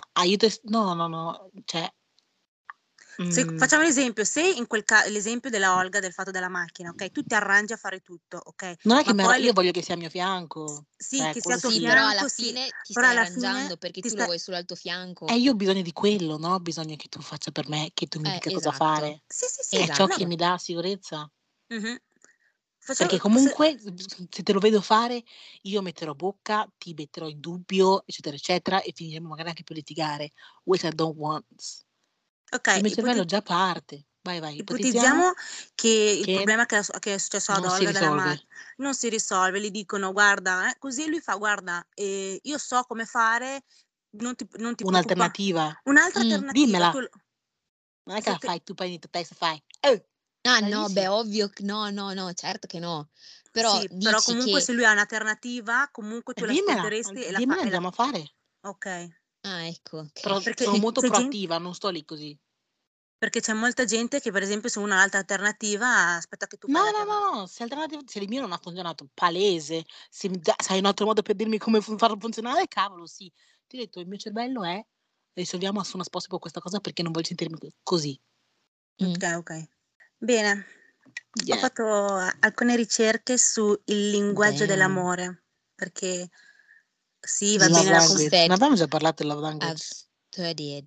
no, cioè Facciamo l'esempio, se in l'esempio della Olga del fatto della macchina, ok? Tu ti arrangi a fare tutto, ok? non è che Ma poi io voglio che sia a mio fianco. sì, Cioè, che sia a tuo Sì, però alla fianco, sì, fine ti però stai alla fine arrangiando perché ti tu lo stai... vuoi solo al tuo fianco. io ho bisogno di quello, non ho bisogno che tu faccia per me, che tu mi dica cosa Esatto, fare. Sì, sì, sì, È ciò esatto. che mi dà sicurezza. Mhm. Perché comunque se te lo vedo fare, io metterò bocca, ti metterò in dubbio, eccetera, eccetera, e finiremo magari anche per litigare, which I don't want. Ok, Il mio cervello già parte. Vai, ipotizziamo che il che problema che è successo ad non si Olga della risolve. non si risolve, gli dicono guarda, così lui fa guarda, io so come fare, non ti preoccupa. Un'alternativa. Un'altra alternativa. Dimmela. Tu, Non è che la se te- fai, tu prendi il testo e fai. Ah Dai, no, sì. beh ovvio no, certo che no. Però sì, però dici comunque che se lui ha un'alternativa, comunque tu l'ascolteresti e la dimmela, andiamo a fare. Ok. ecco, Però okay. Perché sono molto c'è proattiva, non sto lì così. Perché c'è molta gente che per esempio se uno ha un'altra alternativa aspetta che tu fai l'alternativa. No, se il mio non ha funzionato, palese, se hai un altro modo per dirmi come farlo funzionare, cavolo, sì. Ti ho detto, il mio cervello è risolviamo as soon as possible questa cosa perché non voglio sentirmi così. Ok. Bene. Ho Yeah. fatto alcune ricerche sul linguaggio Damn. dell'amore, perché sì, va Love bene la language. Non abbiamo già parlato del love language? I've studied.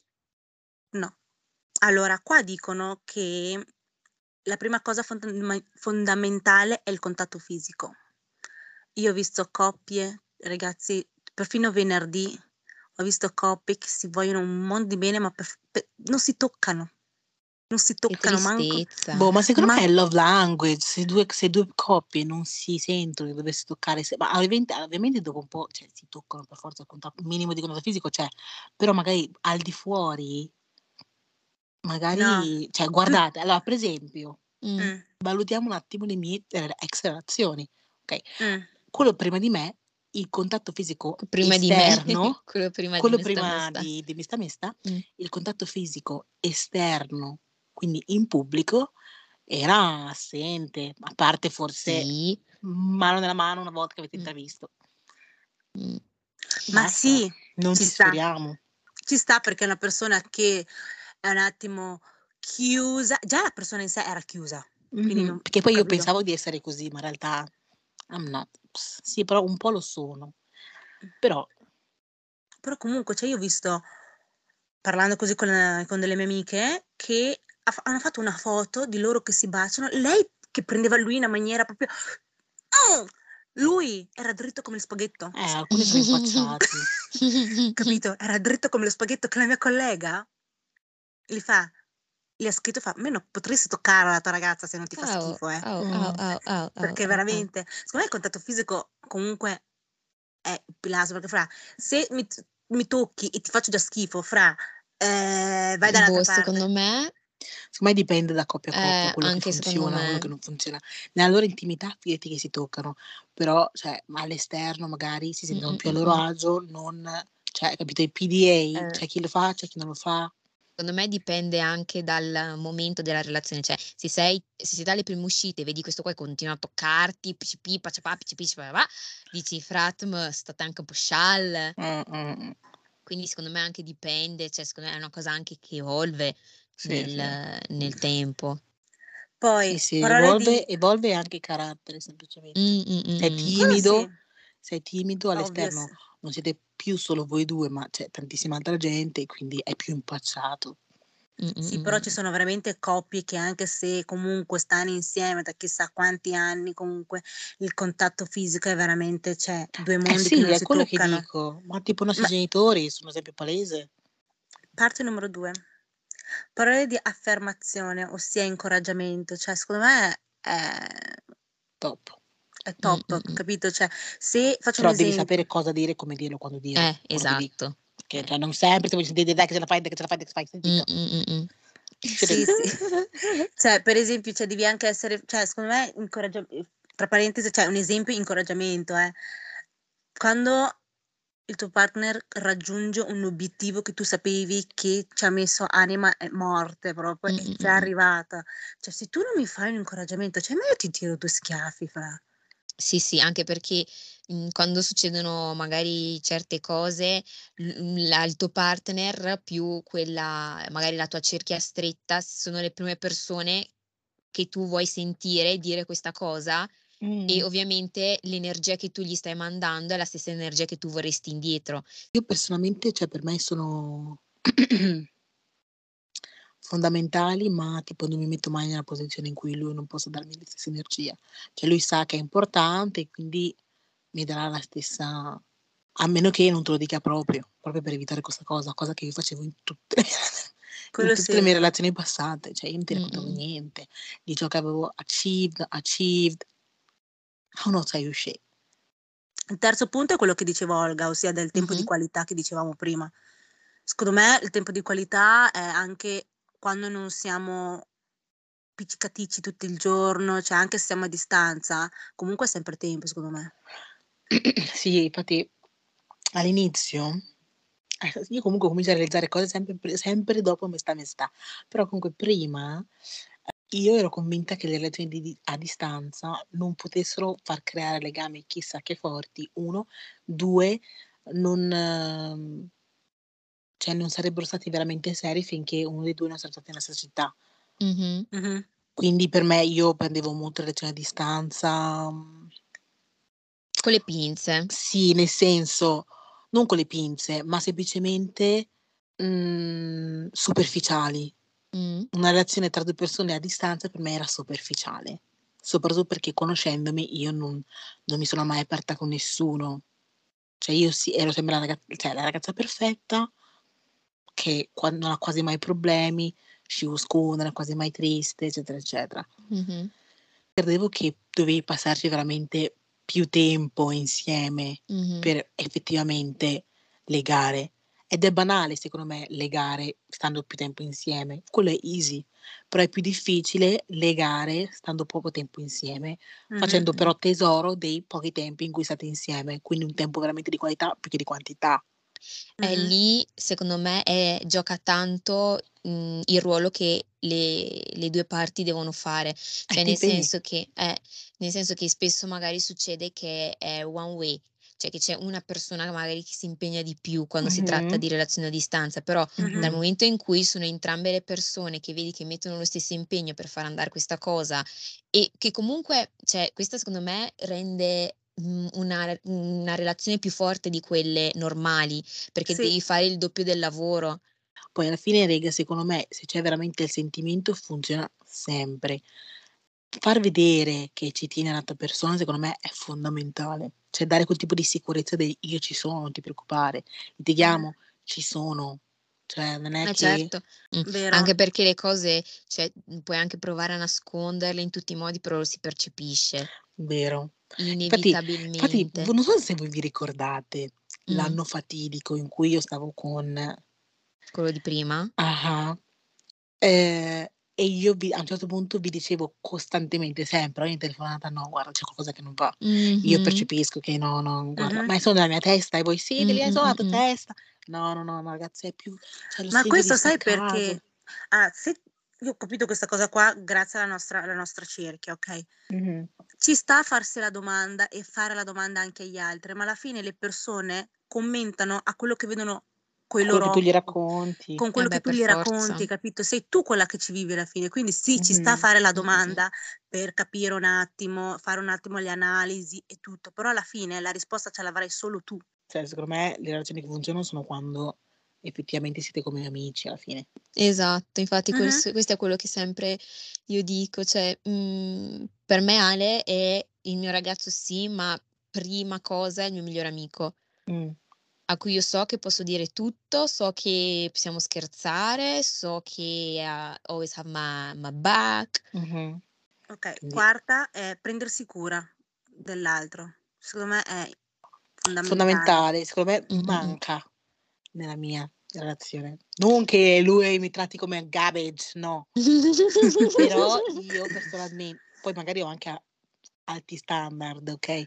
No. Allora, qua dicono che la prima cosa fondamentale è il contatto fisico. Io ho visto coppie, ragazzi, perfino venerdì ho visto coppie che si vogliono un mondo di bene, ma non si toccano. Non si Che toccano manco. tristezza. Boh, ma secondo me è il love language. Se due coppie non si sentono di doversi toccare, ma ovviamente dopo un po', cioè, si toccano per forza, il contatto minimo di contatto fisico c'è, però magari al di fuori, magari, cioè, guardate, allora, per esempio, valutiamo un attimo le mie ex relazioni, ok? Quello prima di me, il contatto fisico Prima esterno, di me, quello prima quello di prima di Mista Mista, il contatto fisico esterno, quindi in pubblico, era assente, a parte forse Sì. mano nella mano una volta che avete intravisto. Ma sì, non ci ci sta. sferiamo. Ci sta perché è una persona che è un attimo chiusa, già la persona in sé era chiusa. Quindi non, perché poi io capito? pensavo di essere così, ma in realtà I'm not. Sì, però un po' lo sono. Però comunque, cioè io ho visto, parlando così con delle mie amiche, che hanno fatto una foto di loro che si baciano, lei che prendeva lui in una maniera proprio... Lui era dritto come lo spaghetto. alcuni sono impacciati. Capito? Era dritto come lo spaghetto che la mia collega gli ha scritto, me non potresti toccare la tua ragazza se non ti fa schifo, perché veramente, secondo me il contatto fisico comunque è il pilastro, perché se mi tocchi e ti faccio già schifo, vai dall'altra parte. Secondo me Dipende da coppia a coppia, quello che anche secondo funziona, quello me. che non funziona. Nella loro intimità fidati che si toccano, però cioè, all'esterno magari si sentono più a loro agio, non, cioè, capito, i PDA, c'è chi lo fa, c'è chi non lo fa. Secondo me dipende anche dal momento della relazione, cioè se sei dalle prime uscite e vedi questo qua e continua a toccarti, dici frat, state anche un po' scial. Quindi secondo me anche dipende, cioè secondo me è una cosa anche che evolve nel tempo. Poi sì, evolve anche il carattere semplicemente. Sei timido all'esterno, non siete più solo voi due, ma c'è tantissima altra gente, quindi è più impacciato. Sì, però ci sono veramente coppie che anche se comunque stanno insieme da chissà quanti anni, comunque il contatto fisico è veramente, cioè, due mondi che Sì, non è si quello che toccano. dico, ma tipo i nostri Ma genitori sono un esempio palese. parte numero 2, parole di affermazione, ossia incoraggiamento, cioè secondo me Top. è top, capito? Cioè, se faccio un Però devi esempio, sapere cosa dire e come dirlo quando dirlo. Quello che dico. esatto. Che cioè, non sempre ti voglio sentire dai che ce la fai, dai che ce la fai, dai che fai, stai zitto. sì, sì. Cioè, per esempio, cioè, devi anche essere, cioè, secondo me, tra parentesi, cioè, un esempio incoraggiamento, quando il tuo partner raggiunge un obiettivo che tu sapevi che ci ha messo anima e morte proprio e c'è arrivata. Cioè, se tu non mi fai un incoraggiamento, cioè, ma io ti tiro 2 schiaffi, fra. Sì, anche perché, quando succedono magari certe cose, il tuo partner più quella magari la tua cerchia stretta, sono le prime persone che tu vuoi sentire dire questa cosa e ovviamente l'energia che tu gli stai mandando è la stessa energia che tu vorresti indietro. Io personalmente, cioè per me sono fondamentali, ma tipo non mi metto mai nella posizione in cui lui non possa darmi la stessa energia. Cioè lui sa che è importante e quindi mi darà la stessa, a meno che non te lo dica proprio per evitare questa cosa che io facevo in tutte Quello le sì, è mie vero. relazioni passate, cioè io non ti raccontavo niente di ciò che avevo achieved, how not I uscì. Il terzo punto è quello che diceva Olga, ossia del tempo di qualità che dicevamo prima. Secondo me il tempo di qualità è anche quando non siamo piccicaticci tutto il giorno, cioè anche se siamo a distanza, comunque è sempre tempo, secondo me. Sì, infatti all'inizio io comunque comincio a realizzare cose sempre dopo mestà, però comunque prima io ero convinta che le relazioni a distanza non potessero far creare legami chissà che forti, 1, 2 non cioè non sarebbero stati veramente seri finché uno dei 2 non sarebbe stato nella stessa città. Mh-mh. Quindi per me io prendevo molto relazioni a distanza, Con le pinze. sì, nel senso, non con le pinze, ma semplicemente, superficiali. Una relazione tra 2 persone a distanza per me era superficiale, soprattutto perché conoscendomi io non mi sono mai aperta con nessuno. Cioè io sì, ero sempre la ragazza perfetta che non ha quasi mai problemi, she was cool, non è quasi mai triste, eccetera, eccetera. Credevo che dovevi passarci veramente più tempo insieme per effettivamente legare. Ed è banale secondo me legare stando più tempo insieme, quello è easy, però è più difficile legare stando poco tempo insieme, facendo però tesoro dei pochi tempi in cui state insieme, quindi un tempo veramente di qualità più che di quantità. Lì secondo me gioca tanto, il ruolo che le 2 parti devono fare, cioè Ti impegni. nel senso che spesso magari succede che è one way, cioè che c'è una persona magari che si impegna di più quando si tratta di relazioni a distanza, però dal momento in cui sono entrambe le persone che vedi che mettono lo stesso impegno per far andare questa cosa e che comunque cioè questa secondo me rende, una relazione più forte di quelle normali, perché Sì. devi fare il doppio del lavoro. Poi alla fine raga, secondo me, se c'è veramente il sentimento funziona sempre. Far vedere che ci tieni all'altra persona secondo me è fondamentale. Cioè dare quel tipo di sicurezza del "io ci sono, non ti preoccupare, litighiamo, ci sono". Cioè non è che Certo, Vero. anche perché le cose cioè, puoi anche provare a nasconderle in tutti i modi, però lo si percepisce vero. Infatti inevitabilmente. non so se voi vi ricordate Mh. l'anno fatidico in cui io stavo con Quello di prima? ah-ah, e io a un certo punto vi dicevo costantemente, sempre, ogni telefonata: "No, guarda, c'è qualcosa che non va. Io Mh-mh. percepisco che no, guarda, Mh-mh. ma è solo nella mia testa", e voi: "Sì, devi solo la tua Mh. testa". No, ragazzi, è più cioè lo Ma sento di questo 'sto sai caso. perché? Se io ho capito questa cosa qua grazie alla nostra cerchia, okay? Mh-mh. Ci sta a farsi la domanda e fare la domanda anche agli altri, ma alla fine le persone commentano a quello che vedono coi Quello loro che tu gli occhi, racconti. con quello che tu Per gli forza. racconti, capito? Sei tu quella che ci vivi alla fine, quindi sì, ci sta a Mh-mh. fare la Mh. domanda per capire un attimo, fare un attimo le analisi e tutto, però alla fine la risposta ce l'avrai solo tu. Cioè, secondo me le relazioni che funzionano sono quando effettivamente siete come amici alla fine. Esatto, infatti Mhm. questo è quello che sempre io dico, cioè per me Ale è il mio ragazzo sì, ma prima cosa è il mio migliore amico, Mm. a cui io so che posso dire tutto, so che possiamo scherzare, so che always have my back. Mhm. Ok, Quindi quarta è prendersi cura dell'altro. Secondo me è fondamentale. fondamentale, secondo me Mm, mm, mm. manca nella mia relazione. Non che lui mi tratti come garbage, no. Però io personalmente, poi magari ho anche alti standard, ok?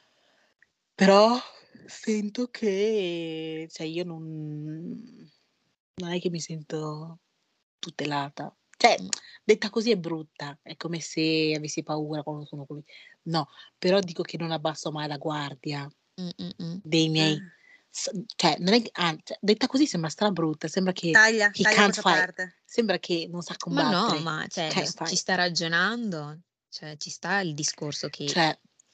Però sento che, cioè, io non è che mi sento tutelata. Cioè, Mm, detta così è brutta, è come se avessi paura quando sono con lui. No, però dico che non abbasso mai la guardia mm, mm, mm. dei miei. Mm. Cioè, non è, cioè, detta così sembra strabrutta, sembra che Taglia he can't questa fight, parte. sembra che non sa Ma no, combattere. ma He cioè, can't ci fight. sta ragionando, cioè ci sta il discorso che Cioè,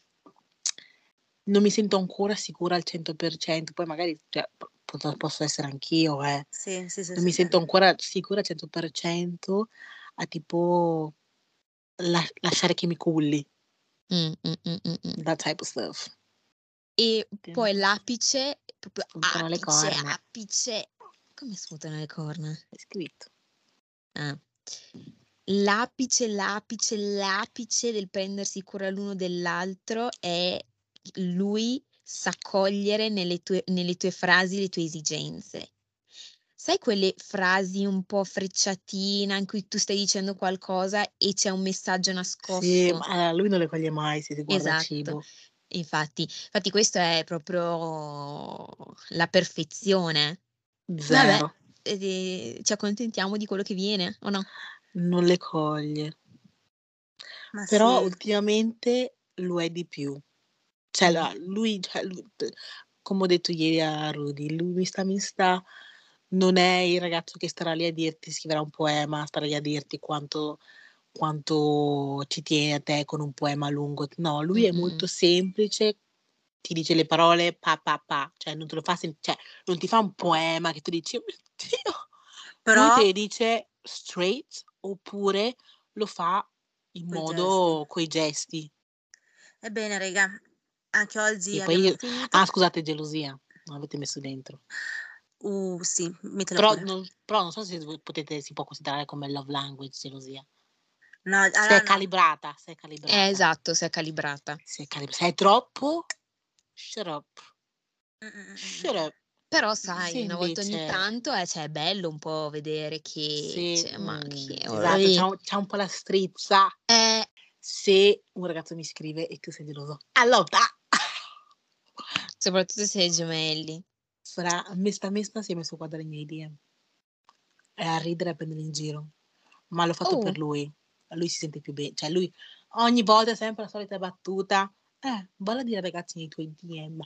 non mi sento ancora sicura al 100%, poi magari cioè, posso essere anch'io, Sì, sì, sì, non sì, mi sì. sento ancora sicura al 100% a tipo lasciare che mi culli, Mm, mm, mm, mm, mm. that type of stuff. E poi l'apice, proprio Spuntano le corna. apice. Come spuntano le corna? È scritto. Ah. L'apice del prendersi cura l'uno dell'altro è lui sa cogliere nelle tue frasi le tue esigenze. Sai quelle frasi un po' frecciatina in cui tu stai dicendo qualcosa e c'è un messaggio Sì, nascosto? ma lui non le coglie mai se ti guarda il Esatto. cibo. Infatti questo è proprio la perfezione. Vabbè, Zero. ci accontentiamo di quello che viene, o no? Non le coglie. Ma Però sì. ultimamente lo è di più. Cioè, lui, come ho detto ieri a Rudy, lui mi sta, non è il ragazzo che starà lì a dirti, scriverà un poema, starà lì a dirti quanto ci tiene a te con un poema lungo. No, lui è molto semplice, ti dice le parole pa, cioè non te lo fa cioè non ti fa un poema che tu dici, oh mio Dio, Però lui te le dice straight oppure lo fa in Coi modo coi gesti. ebbene, raga, anche oggi E poi abbiamo finito. scusate, gelosia, non l'avete messo dentro. Sì, mettila Però pure. non so se si può considerare come love language gelosia. No, Se allora è no. calibrata. Esatto, se è calibrata. Se è troppo, shut up. Mm. Shut up. Però Se sai, una volta ogni invece tanto cioè, è bello un po' vedere che sì, cioè, ma che esatto, c'ha un po' la strizza. Se un ragazzo mi scrive e tu sei geloso, allora soprattutto se è gemelli. a me si è messo a guardare i miei DM e a ridere e a prendere in giro, ma l'ho fatto per lui si sente più bene, cioè lui ogni volta è sempre la solita battuta, valla a dire ai ragazzi nei tuoi DM,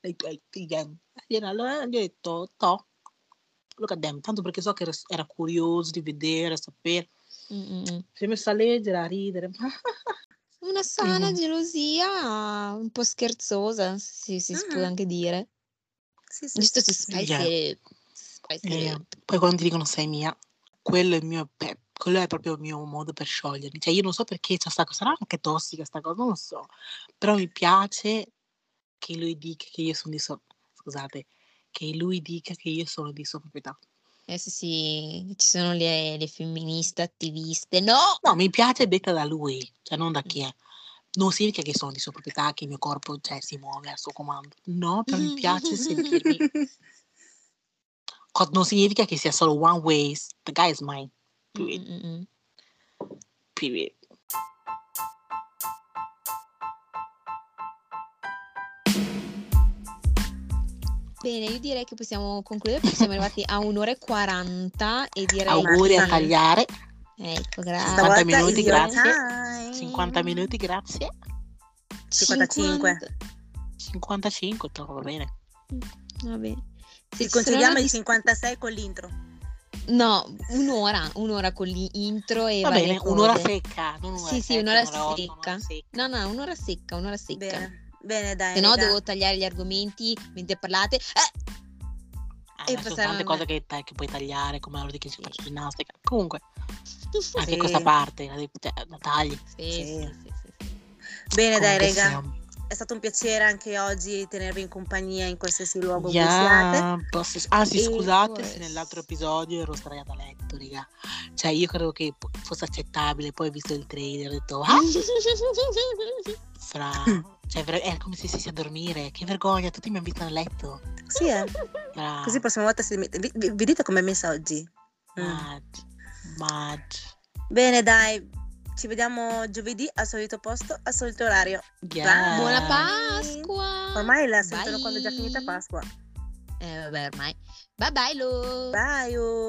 e allora gli ho detto look at them, tanto perché so che era curioso di vedere, sapere. Si è messo a leggere, a ridere. Una sana gelosia un po' scherzosa, si può anche dire. Sì. Giusto su spicy it up. Poi quando ti dicono sei mia, quello è proprio il mio modo per sciogliermi. Cioè io non so perché c'è sta cosa, sarà anche tossica sta cosa, non lo so. Però mi piace che lui dica che io sono che lui dica che io sono di sua proprietà. Sì, ci sono le femministe attiviste. No! No, mi piace detta da lui, cioè non da chi è. Non significa che sono di sua proprietà, che il mio corpo si muove al suo comando. No, però mi piace sentirmi. Non significa che sia solo one way. The guy is mine. Period. Bene, io direi che possiamo concludere perché siamo arrivati a 1:40 e direi auguri a tagliare. Ecco, grazie. 50 minuti, grazie. 50 minuti, grazie. 55. 55, va bene. Va bene. Ti concediamo il 56 con l'intro. No, un'ora con l'intro e va varie bene, cose. Un'ora secca, non un'ora Sì, un'ora secca. un'ora secca. No, un'ora secca. Bene, dai. Se no devo tagliare gli argomenti mentre parlate. Dai, ci sono tante cose che puoi tagliare, come la che ci faccio ginnastica. Comunque, anche questa parte la tagli. Sì. Bene, dai, Comunque raga. È stato un piacere anche oggi tenervi in compagnia in qualsiasi luogo voi siate. Scusate se nell'altro episodio ero sdraiata a letto, raga. Cioè, io credo che fosse accettabile, poi ho visto il trailer e ho detto cioè, è come se stessi a dormire. Che vergogna, tutti mi hanno visto nel letto. Sì, così la prossima volta vedete com'è messa oggi. Mad. Bene, dai, ci vediamo giovedì al solito posto, al solito orario. Buona Pasqua. Ormai la sentono quando è già finita Pasqua. Vabbè, ormai. Bye bye, lo. Bye.